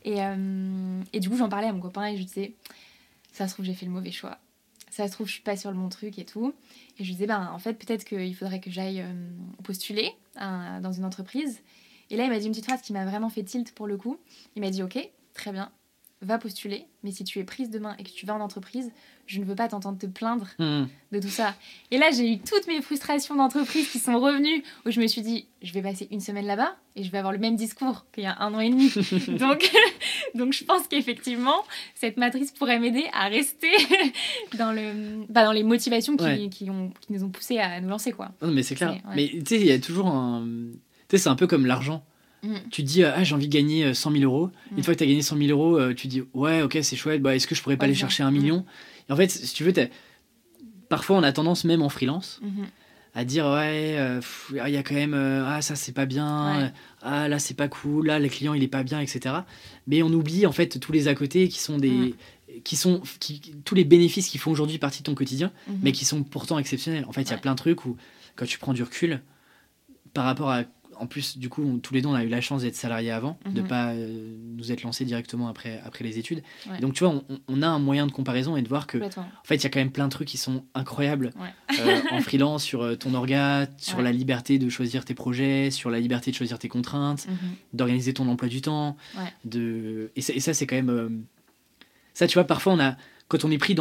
et du coup j'en parlais à mon copain et je lui disais, ça se trouve j'ai fait le mauvais choix, ça se trouve je suis pas sur le bon truc et tout. Et je lui disais, en fait, peut-être qu'il faudrait que j'aille postuler dans une entreprise. Et là, il m'a dit une petite phrase qui m'a vraiment fait tilt pour le coup. Il m'a dit, ok, très bien, va postuler, mais si tu es prise demain et que tu vas en entreprise, je ne veux pas t'entendre te plaindre de tout ça. Et là, j'ai eu toutes mes frustrations d'entreprise qui sont revenues, où je me suis dit, je vais passer une semaine là-bas et je vais avoir le même discours qu'il y a 1 an et demi. Donc je pense qu'effectivement, cette matrice pourrait m'aider à rester dans les motivations qui nous ont poussés à nous lancer, quoi.
Non, mais c'est clair. Mais tu sais, il y a toujours un... Tu sais, c'est un peu comme l'argent. Tu te dis, j'ai envie de gagner 100 000 euros. Une fois que tu as gagné 100 000 euros, tu te dis, ouais, ok, c'est chouette, est-ce que je pourrais pas aller chercher 1 million? Et en fait, si tu veux, parfois on a tendance, même en freelance, à dire, il y a quand même, ça c'est pas bien, là c'est pas cool, là le client il est pas bien, etc. Mais on oublie en fait tous les à côté qui sont des. Tous les bénéfices qui font aujourd'hui partie de ton quotidien, mais qui sont pourtant exceptionnels. En fait, il y a plein de trucs où, quand tu prends du recul, par rapport à. En plus, du coup, tous les deux, on a eu la chance d'être salariés avant, de ne pas nous être lancés directement après les études. Et donc, tu vois, on a un moyen de comparaison et de voir que, en fait, il y a quand même plein de trucs qui sont incroyables en freelance, sur ton orga, sur la liberté de choisir tes projets, sur la liberté de choisir tes contraintes, d'organiser ton emploi du temps. Et ça, c'est quand même... Ça, tu vois, parfois, quand on est pris dans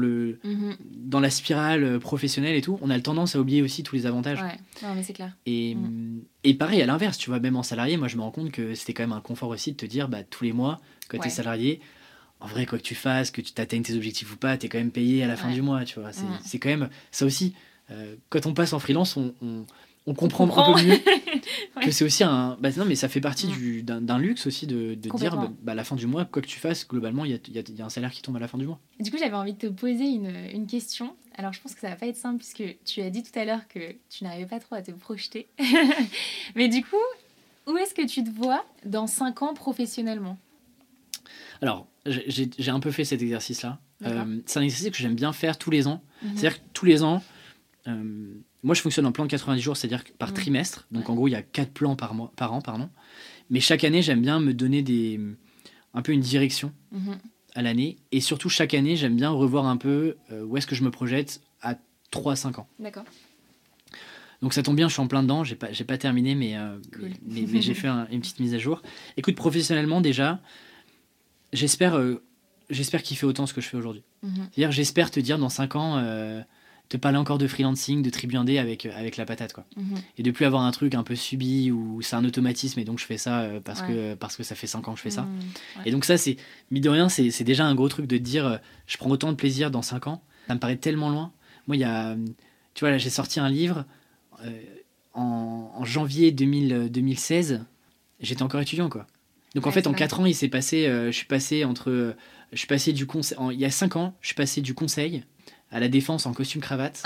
la spirale professionnelle et tout, on a le tendance à oublier aussi tous les avantages.
Non, mais c'est clair.
Et pareil, à l'inverse, tu vois, même en salarié, moi je me rends compte que c'était quand même un confort aussi de te dire, tous les mois, quand tu es salarié, en vrai, quoi que tu fasses, que tu atteignes tes objectifs ou pas, tu es quand même payé à la fin du mois, tu vois. C'est quand même ça aussi. Quand on passe en freelance, on comprend un peu mieux que c'est aussi un... non, mais ça fait partie d'un luxe aussi de dire, à la fin du mois, quoi que tu fasses, globalement, il y a un salaire qui tombe à la fin du mois.
Du coup, j'avais envie de te poser une question. Alors, je pense que ça va pas être simple, puisque tu as dit tout à l'heure que tu n'arrivais pas trop à te projeter. Mais du coup, où est-ce que tu te vois dans 5 ans professionnellement ?
Alors, j'ai un peu fait cet exercice-là. C'est un exercice que j'aime bien faire tous les ans. C'est-à-dire que tous les ans... moi, je fonctionne en plan de 90 jours, c'est-à-dire par trimestre. Donc, en gros, il y a 4 plans par an. Pardon. Mais chaque année, j'aime bien me donner un peu une direction à l'année. Et surtout, chaque année, j'aime bien revoir un peu où est-ce que je me projette à 3-5 ans.
D'accord.
Donc, ça tombe bien, je suis en plein dedans. J'ai pas terminé, mais j'ai fait une petite mise à jour. Écoute, professionnellement, déjà, j'espère kiffer autant ce que je fais aujourd'hui. C'est-à-dire, j'espère te dire dans 5 ans... te parler encore de freelancing, de tribu indé avec la patate, quoi. Et de plus avoir un truc un peu subi où c'est un automatisme et donc je fais ça parce que ça fait 5 ans que je fais ça. Et donc ça, c'est, mine de rien, c'est déjà un gros truc de te dire je prends autant de plaisir dans 5 ans. Ça me paraît tellement loin. Moi, tu vois, là, j'ai sorti un livre en janvier 2016. J'étais encore étudiant, quoi. Donc en fait, en 4 ans, il s'est passé, je suis passé du conseil, il y a 5 ans, je suis passé du conseil à la défense en costume cravate,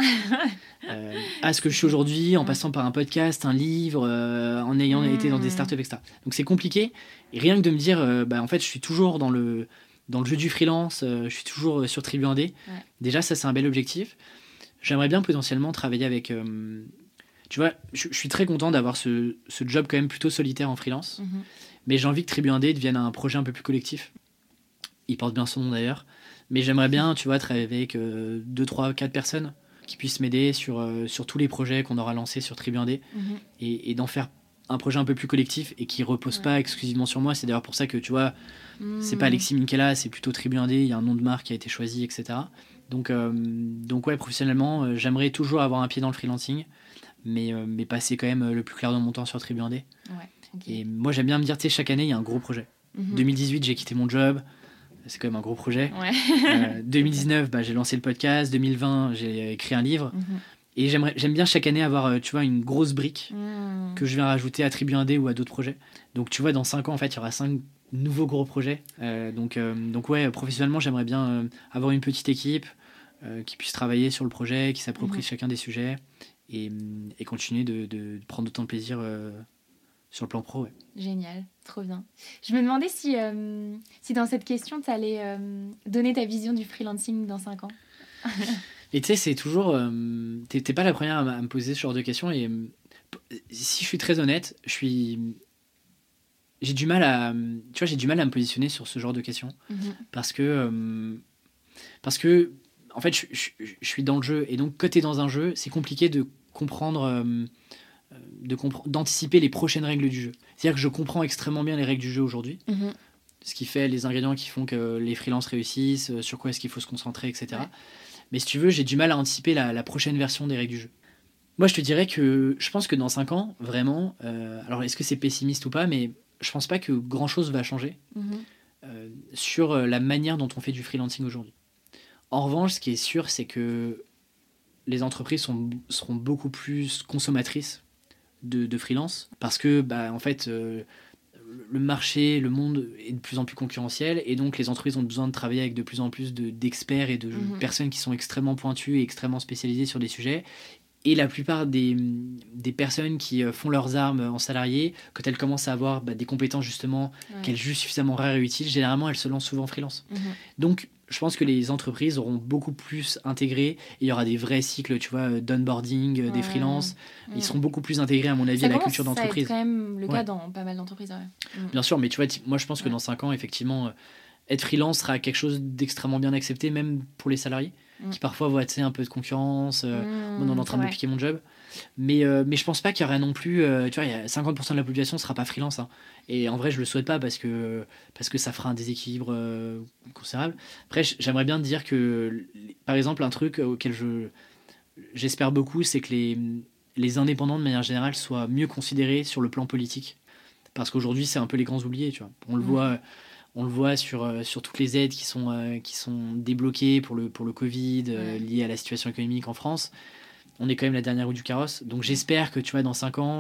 à ce que je suis aujourd'hui, en passant par un podcast, un livre, en ayant été dans des startups, etc. Donc c'est compliqué. Et rien que de me dire, en fait, je suis toujours dans le jeu du freelance, je suis toujours sur Tribu Indé. Déjà, ça, c'est un bel objectif. J'aimerais bien potentiellement travailler avec... tu vois, je suis très content d'avoir ce job quand même plutôt solitaire en freelance. Mais j'ai envie que Tribu Indé devienne un projet un peu plus collectif. Il porte bien son nom d'ailleurs. Mais j'aimerais bien, tu vois, travailler avec 2, 3, 4 personnes qui puissent m'aider sur tous les projets qu'on aura lancés sur Tribu Indé et d'en faire un projet un peu plus collectif et qui repose pas exclusivement sur moi. C'est d'ailleurs pour ça que, tu vois, c'est pas Alexis Minkela, c'est plutôt Tribu Indé. Il y a un nom de marque qui a été choisi, etc. Donc ouais, professionnellement, j'aimerais toujours avoir un pied dans le freelancing, mais passer quand même le plus clair de mon temps sur Tribu Indé. Et moi, j'aime bien me dire, tu sais, chaque année, il y a un gros projet. 2018, j'ai quitté mon job. C'est quand même un gros projet. 2019, j'ai lancé le podcast. 2020, j'ai écrit un livre. Et j'aime bien chaque année avoir, tu vois, une grosse brique que je viens rajouter à Tribu Indé ou à d'autres projets. Donc, tu vois, dans 5 ans, en fait, il y aura 5 nouveaux gros projets. Donc ouais, professionnellement, j'aimerais bien avoir une petite équipe qui puisse travailler sur le projet, qui s'approprie chacun des sujets et continuer de prendre autant de plaisir sur le plan pro. Ouais.
Génial, trop bien. Je me demandais si dans cette question, tu allais donner ta vision du freelancing dans 5 ans.
Et tu sais, c'est toujours... t'es pas la première à me poser ce genre de questions. Et si je suis très honnête, j'ai du mal à... Tu vois, j'ai du mal à me positionner sur ce genre de questions. Parce que, en fait, je suis dans le jeu. Et donc, quand t'es dans un jeu, c'est compliqué de comprendre... d'anticiper les prochaines règles du jeu. C'est-à-dire que je comprends extrêmement bien les règles du jeu aujourd'hui. ce qui fait les ingrédients qui font que les freelances réussissent, sur quoi est-ce qu'il faut se concentrer, etc.
Ouais.
Mais si tu veux, j'ai du mal à anticiper la prochaine version des règles du jeu. Moi, je te dirais que je pense que dans 5 ans, vraiment, alors est-ce que c'est pessimiste ou pas, mais je pense pas que grand-chose va changer sur la manière dont on fait du freelancing aujourd'hui. En revanche, ce qui est sûr, c'est que les entreprises seront beaucoup plus consommatrices de freelance parce que, en fait, le marché, le monde est de plus en plus concurrentiel et donc les entreprises ont besoin de travailler avec de plus en plus d'experts et de personnes qui sont extrêmement pointues et extrêmement spécialisées sur des sujets. Et la plupart des personnes qui font leurs armes en salarié, quand elles commencent à avoir des compétences justement qu'elles jugent suffisamment rares et utiles, généralement elles se lancent souvent en freelance. Donc je pense que les entreprises auront beaucoup plus intégré, et il y aura des vrais cycles, tu vois, d'onboarding des freelances. Ils seront beaucoup plus intégrés à mon avis à la culture d'entreprise.
C'est quand même le cas dans pas mal d'entreprises.
Bien sûr, mais tu vois, moi je pense que dans 5 ans, effectivement, être freelance sera quelque chose d'extrêmement bien accepté, même pour les salariés. Qui parfois voient un peu de concurrence, on est en train de me piquer mon job. Mais je pense pas qu'il y aura non plus, tu vois, 50% de la population sera pas freelance. Hein. Et en vrai, je le souhaite pas parce que ça fera un déséquilibre considérable. Après, j'aimerais bien te dire que, par exemple, un truc auquel j'espère beaucoup, c'est que les indépendants, de manière générale, soient mieux considérés sur le plan politique. Parce qu'aujourd'hui, c'est un peu les grands oubliés, tu vois. On le voit sur toutes les aides qui sont débloquées pour le Covid, liées à la situation économique en France. On est quand même la dernière roue du carrosse. Donc j'espère que, tu vois, dans 5 ans,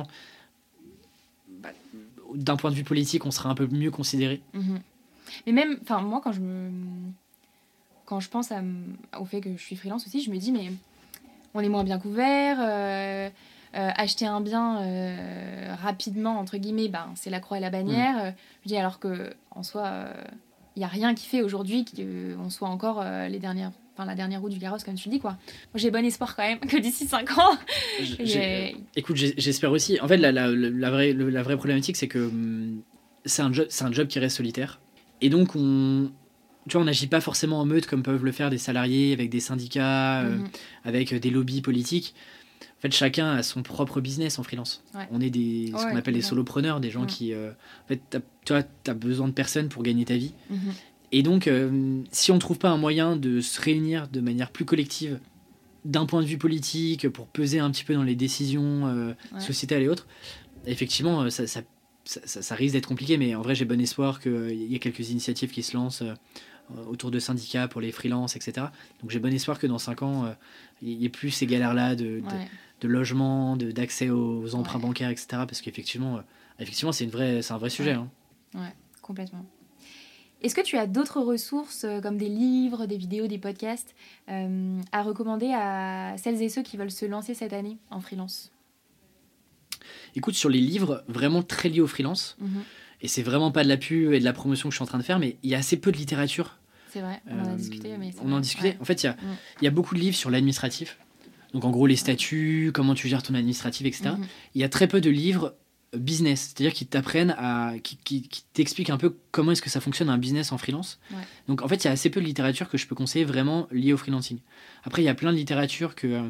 d'un point de vue politique, on sera un peu mieux considéré.
Mais même, moi, quand je pense au fait que je suis freelance aussi, je me dis, mais on est moins bien couvert. Acheter un bien rapidement, entre guillemets, c'est la croix et la bannière. Je dis alors qu'en soi, il n'y a rien qui fait aujourd'hui qu'on soit encore la dernière roue du carrosse, comme tu le dis, quoi. Moi, j'ai bon espoir quand même que d'ici 5 ans...
Écoute, j'espère aussi. En fait, la vraie problématique, c'est que c'est un job qui reste solitaire. Et donc, on n'agit pas forcément en meute comme peuvent le faire des salariés, avec des syndicats, avec des lobbies politiques. En fait, chacun a son propre business en freelance. On est ce qu'on appelle des solopreneurs, des gens qui... en fait, t'as besoin de personne pour gagner ta vie. Et donc, si on ne trouve pas un moyen de se réunir de manière plus collective, d'un point de vue politique, pour peser un petit peu dans les décisions sociétales et autres, effectivement, ça risque d'être compliqué. Mais en vrai, j'ai bon espoir qu'il y ait quelques initiatives qui se lancent autour de syndicats pour les freelances, etc. Donc j'ai bon espoir que dans 5 ans, il n'y ait plus ces galères-là de logement, d'accès aux emprunts bancaires, etc. Parce qu'effectivement, c'est un vrai sujet. Hein.
Ouais, complètement. Est-ce que tu as d'autres ressources, comme des livres, des vidéos, des podcasts, à recommander à celles et ceux qui veulent se lancer cette année en freelance ?
Écoute, sur les livres vraiment très liés au freelance, et c'est vraiment pas de la pub et de la promotion que je suis en train de faire, mais il y a assez peu de littérature.
C'est vrai, on en a discuté. Mais
on en discutait. Ouais. En fait, il y a beaucoup de livres sur l'administratif. Donc en gros, les statuts, comment tu gères ton administratif, etc. Il y a très peu de livres business, c'est-à-dire qui t'apprennent qui t'expliquent un peu comment est-ce que ça fonctionne un business en freelance. Donc en fait, il y a assez peu de littérature que je peux conseiller vraiment liée au freelancing. Après, il y a plein de littérature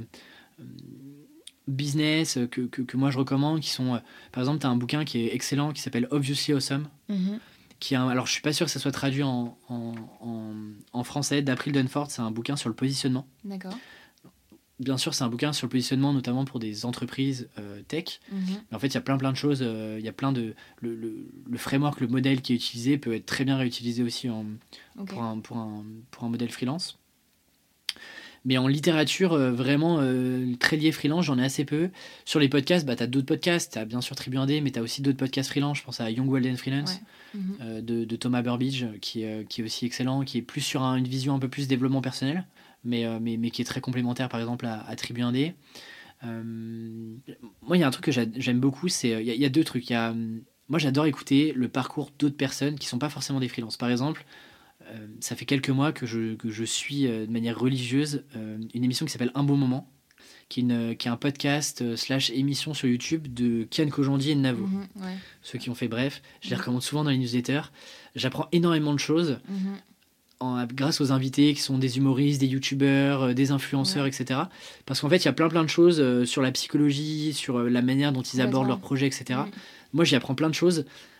business que moi je recommande, qui sont par exemple, tu as un bouquin qui est excellent qui s'appelle Obviously Awesome, alors je suis pas sûr que ça soit traduit en français, d'April Dunford. C'est un bouquin sur le positionnement.
D'accord.
Bien sûr, c'est un bouquin sur le positionnement, notamment pour des entreprises tech. Mais en fait, il y a plein de choses. Il y a plein de... Le framework, le modèle qui est utilisé peut être très bien réutilisé aussi pour un modèle freelance. Mais en littérature, vraiment très liée freelance, j'en ai assez peu. Sur les podcasts, tu as d'autres podcasts. Tu as bien sûr Tribu Indé, mais tu as aussi d'autres podcasts freelance. Je pense à Young Wild and Freelance de Thomas Burbidge, qui est aussi excellent, qui est plus sur une vision un peu plus développement personnel. Mais qui est très complémentaire, par exemple, à Tribu Indé. Moi, il y a un truc que j'aime beaucoup, il y a 2 trucs. Moi, j'adore écouter le parcours d'autres personnes qui ne sont pas forcément des freelances. Par exemple, ça fait quelques mois que je suis de manière religieuse une émission qui s'appelle Un Bon Moment, qui est un podcast / émission sur YouTube de Kian Kojandi et de Navo. Ceux qui ont fait Bref, je les recommande souvent dans les newsletters. J'apprends énormément de choses. Grâce aux invités qui sont des humoristes, des youtubeurs, des influenceurs, etc. Parce qu'en fait, il y a plein de choses sur la psychologie, sur la manière dont ils abordent leurs projets, etc. Moi, j'y apprends plein de choses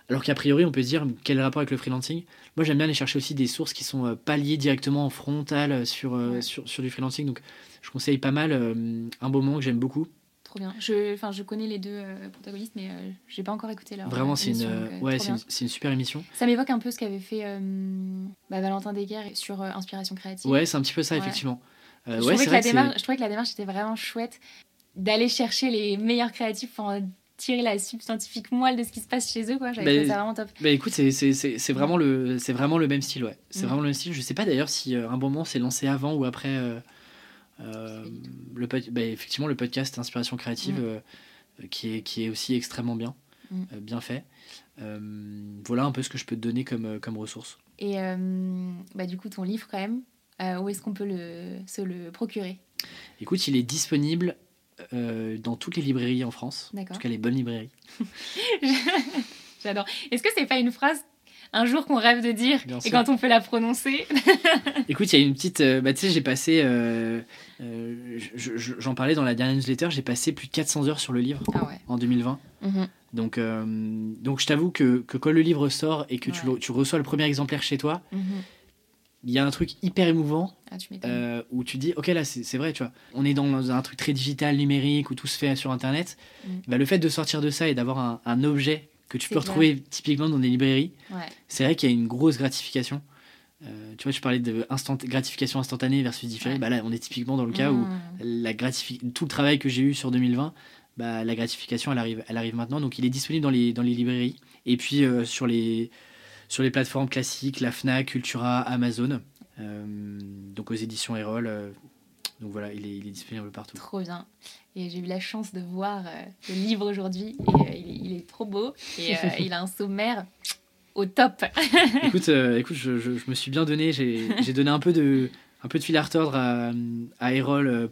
Alors qu'a priori, on peut se dire quel est le rapport avec le freelancing. Moi, j'aime bien aller chercher aussi des sources qui sont pas liées directement en frontal sur du freelancing. Donc, je conseille pas mal un beau moment que j'aime beaucoup.
Trop bien. Je connais les deux protagonistes, mais j'ai pas encore écouté leur
Vraiment,
émission.
c'est une super émission.
Ça m'évoque un peu ce qu'avait fait Valentin Desguerres sur Inspiration créative.
Ouais, c'est un petit peu ça, effectivement.
Je trouvais que la démarche était vraiment chouette d'aller chercher les meilleurs créatifs pour tirer la substantifique moelle de ce qui se passe chez eux, quoi. J'avais trouvé ça vraiment top.
Écoute, c'est vraiment le même style, ouais. C'est vraiment le même style. Je sais pas d'ailleurs si un bon moment s'est lancé avant ou après effectivement le podcast Inspiration créative qui est aussi extrêmement bien fait. Voilà un peu ce que je peux te donner comme ressource.
Et du coup, ton livre, quand même, où est-ce qu'on peut se le procurer ?
Écoute, il est disponible dans toutes les librairies en France.
D'accord.
En tout cas, les bonnes librairies.
J'adore. Est-ce que c'est pas une phrase un jour qu'on rêve de dire
Bien
et
sûr.
quand on peut la prononcer?
Écoute, il y a une petite... tu sais, j'ai passé... j'en parlais dans la dernière newsletter, j'ai passé plus de 400 heures sur le livre en 2020.
Mm-hmm.
Donc, je t'avoue que quand le livre sort et que tu reçois le premier exemplaire chez toi, il y a un truc hyper émouvant où tu dis, ok, là, c'est vrai, tu vois, on est dans un truc très digital, numérique, où tout se fait sur Internet. Le fait de sortir de ça et d'avoir un objet que tu peux retrouver typiquement dans des librairies, c'est vrai qu'il y a une grosse gratification. Tu vois, je parlais de gratification instantanée versus différée. Là, on est typiquement dans le cas où tout le travail que j'ai eu sur 2020, la gratification, elle arrive maintenant. Donc, il est disponible dans les librairies. Et puis, sur les plateformes classiques, la Fnac, Cultura, Amazon, donc aux éditions Erol. Donc voilà, il est disponible partout.
Trop bien. Et j'ai eu la chance de voir le livre aujourd'hui. Et il est trop beau. Et il a un sommaire au top.
écoute, je me suis bien donné. J'ai donné un peu de fil à retordre à Erol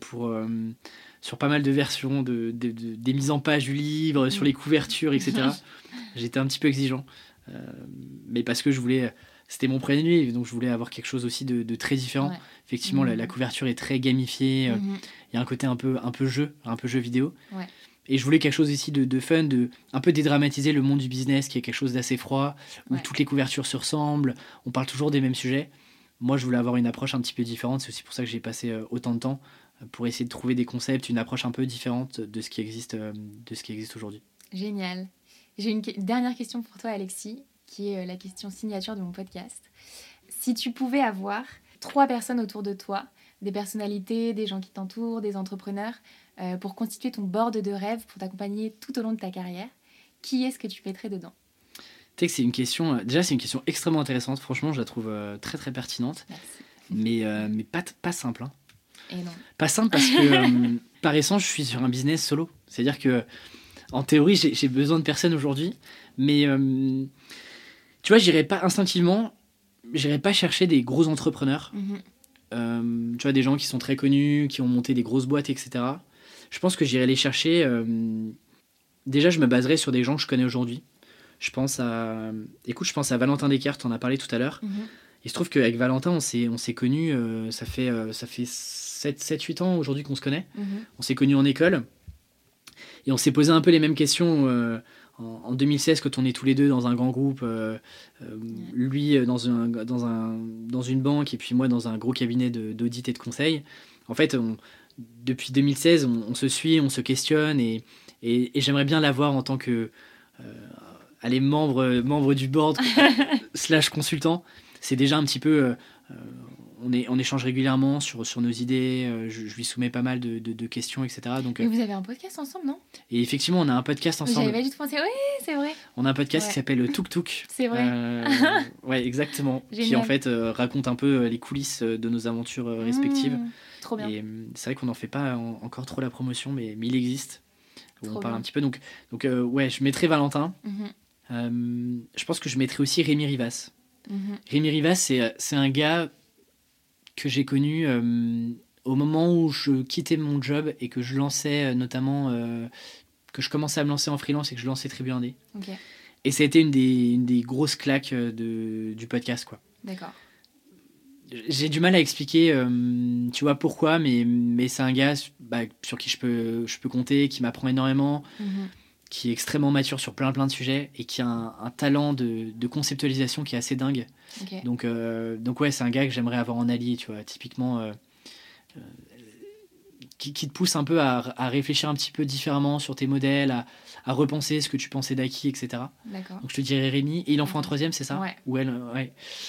sur pas mal de versions, des mises en page du livre, sur les couvertures, etc. J'étais un petit peu exigeant. Mais parce que c'était mon premier livre, donc je voulais avoir quelque chose aussi de très différent. Effectivement, la couverture est très gamifiée. Il y a un côté un peu jeu vidéo. Et je voulais quelque chose ici de fun, un peu dédramatiser le monde du business, qui est quelque chose d'assez froid, où toutes les couvertures se ressemblent, on parle toujours des mêmes sujets. Moi, je voulais avoir une approche un petit peu différente. C'est aussi pour ça que j'ai passé autant de temps pour essayer de trouver des concepts, une approche un peu différente de ce qui existe aujourd'hui.
Génial. J'ai une dernière question pour toi, Alexis, qui est la question signature de mon podcast. Si tu pouvais avoir 3 personnes autour de toi, des personnalités, des gens qui t'entourent, des entrepreneurs, pour constituer ton board de rêve, pour t'accompagner tout au long de ta carrière, qui est-ce que tu mettrais dedans ?
Tu sais que c'est une question extrêmement intéressante. Franchement, je la trouve très très pertinente.
Merci.
Mais pas simple. Hein.
Et non.
Pas simple parce que par essence, je suis sur un business solo. C'est-à-dire que en théorie, j'ai besoin de personne aujourd'hui, mais tu vois, j'irai pas chercher des gros entrepreneurs. Tu vois, des gens qui sont très connus, qui ont monté des grosses boîtes, etc. Je pense que j'irai les chercher. Déjà, je me baserai sur des gens que je connais aujourd'hui. Je pense à Valentin Desguerres, t'en as parlé tout à l'heure. Il se trouve qu'avec Valentin, on s'est connus, ça fait 7-8 ans aujourd'hui qu'on se connaît. On s'est connus en école. Et on s'est posé un peu les mêmes questions en 2016 quand on est tous les deux dans un grand groupe. Lui dans une banque et puis moi dans un gros cabinet d'audit et de conseil. En fait, depuis 2016, on se suit, on se questionne et j'aimerais bien l'avoir en tant que membre du board / consultant. C'est déjà un petit peu... on échange régulièrement sur nos idées, je lui soumets pas mal de questions, etc. Donc,
mais vous avez un podcast ensemble, non ?
Et effectivement, on a un podcast ensemble.
J'avais pas du tout pensé, oui, c'est vrai.
On a un podcast qui s'appelle Tuk Tuk.
C'est vrai.
Ouais, exactement.
Génial.
Qui en fait raconte un peu les coulisses de nos aventures respectives.
Trop bien.
Et c'est vrai qu'on n'en fait pas encore trop la promotion, mais il existe. Où on parle un petit peu. Donc je mettrai Valentin. Je pense que je mettrai aussi Rémi Rivas. Rémi Rivas, c'est un gars que j'ai connu au moment où je quittais mon job et que je lançais notamment que je commençais à me lancer en freelance et que je lançais Tribu Indé. Et ça a été une des grosses claques du podcast, quoi.
D'accord.
J'ai du mal à expliquer tu vois pourquoi, mais c'est un gars sur qui je peux compter, qui m'apprend énormément, qui est extrêmement mature sur plein de sujets et qui a un talent de conceptualisation qui est assez dingue.
Okay.
Donc ouais, c'est un gars que j'aimerais avoir en allié, tu vois, typiquement qui te pousse un peu à réfléchir un petit peu différemment sur tes modèles, à repenser ce que tu pensais d'acquis, etc.
D'accord.
Donc je te dirais Rémi. Et il en faut un troisième, c'est ça?
Ouais.
Ou elle, ouais.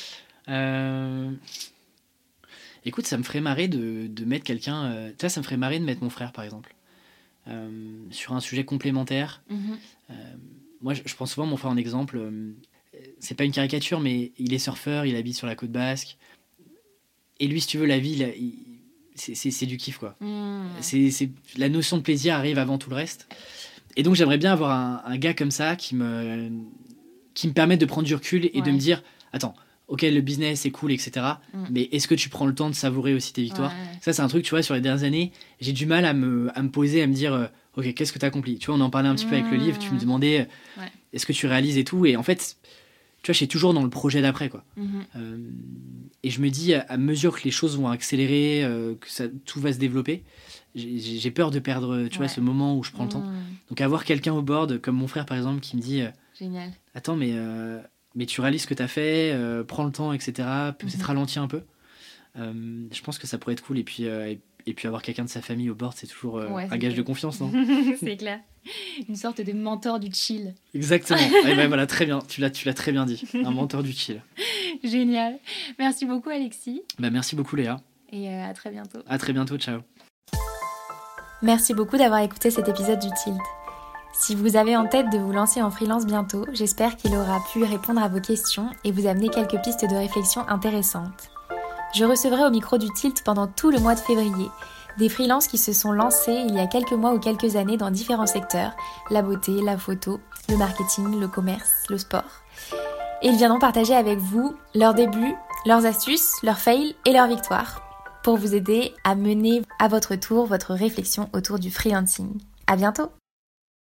Écoute, ça me ferait marrer de mettre quelqu'un... tu vois, ça me ferait marrer de mettre mon frère, par exemple. Sur un sujet complémentaire. Moi, je prends souvent mon frère en exemple. C'est pas une caricature, mais il est surfeur, il habite sur la côte basque. Et lui, si tu veux, la vie, c'est du kiff, quoi. La notion de plaisir arrive avant tout le reste. Et donc, j'aimerais bien avoir un gars comme ça qui me permette de prendre du recul et de me dire, attends, ok, le business c'est cool, etc. Mais est-ce que tu prends le temps de savourer aussi tes victoires? Ça, c'est un truc, tu vois, sur les dernières années, j'ai du mal à me poser, à me dire, ok, qu'est-ce que tu as accompli? Tu vois, on en parlait un petit peu avec le livre, tu me demandais, est-ce que tu réalises et tout? Et en fait, tu vois, je suis toujours dans le projet d'après, quoi. Et je me dis, à mesure que les choses vont accélérer, que tout va se développer, j'ai peur de perdre, tu vois, ce moment où je prends le temps. Donc, avoir quelqu'un au board, comme mon frère, par exemple, qui me dit,
génial.
Attends, mais tu réalises ce que tu as fait, prends le temps, etc. Peut-être ralentir un peu. Je pense que ça pourrait être cool. Et puis avoir quelqu'un de sa famille au board, c'est toujours un gage de confiance, non?
C'est clair. Une sorte de mentor du chill.
Exactement. Et ben voilà, très bien. Tu l'as très bien dit. Un mentor du chill.
Génial. Merci beaucoup, Alexis.
Merci beaucoup, Léa.
Et à très bientôt.
À très bientôt. Ciao.
Merci beaucoup d'avoir écouté cet épisode du Tilt. Si vous avez en tête de vous lancer en freelance bientôt, j'espère qu'il aura pu répondre à vos questions et vous amener quelques pistes de réflexion intéressantes. Je recevrai au micro du Tilt pendant tout le mois de février des freelances qui se sont lancés il y a quelques mois ou quelques années dans différents secteurs, la beauté, la photo, le marketing, le commerce, le sport. Et ils viendront partager avec vous leurs débuts, leurs astuces, leurs fails et leurs victoires pour vous aider à mener à votre tour votre réflexion autour du freelancing. À bientôt!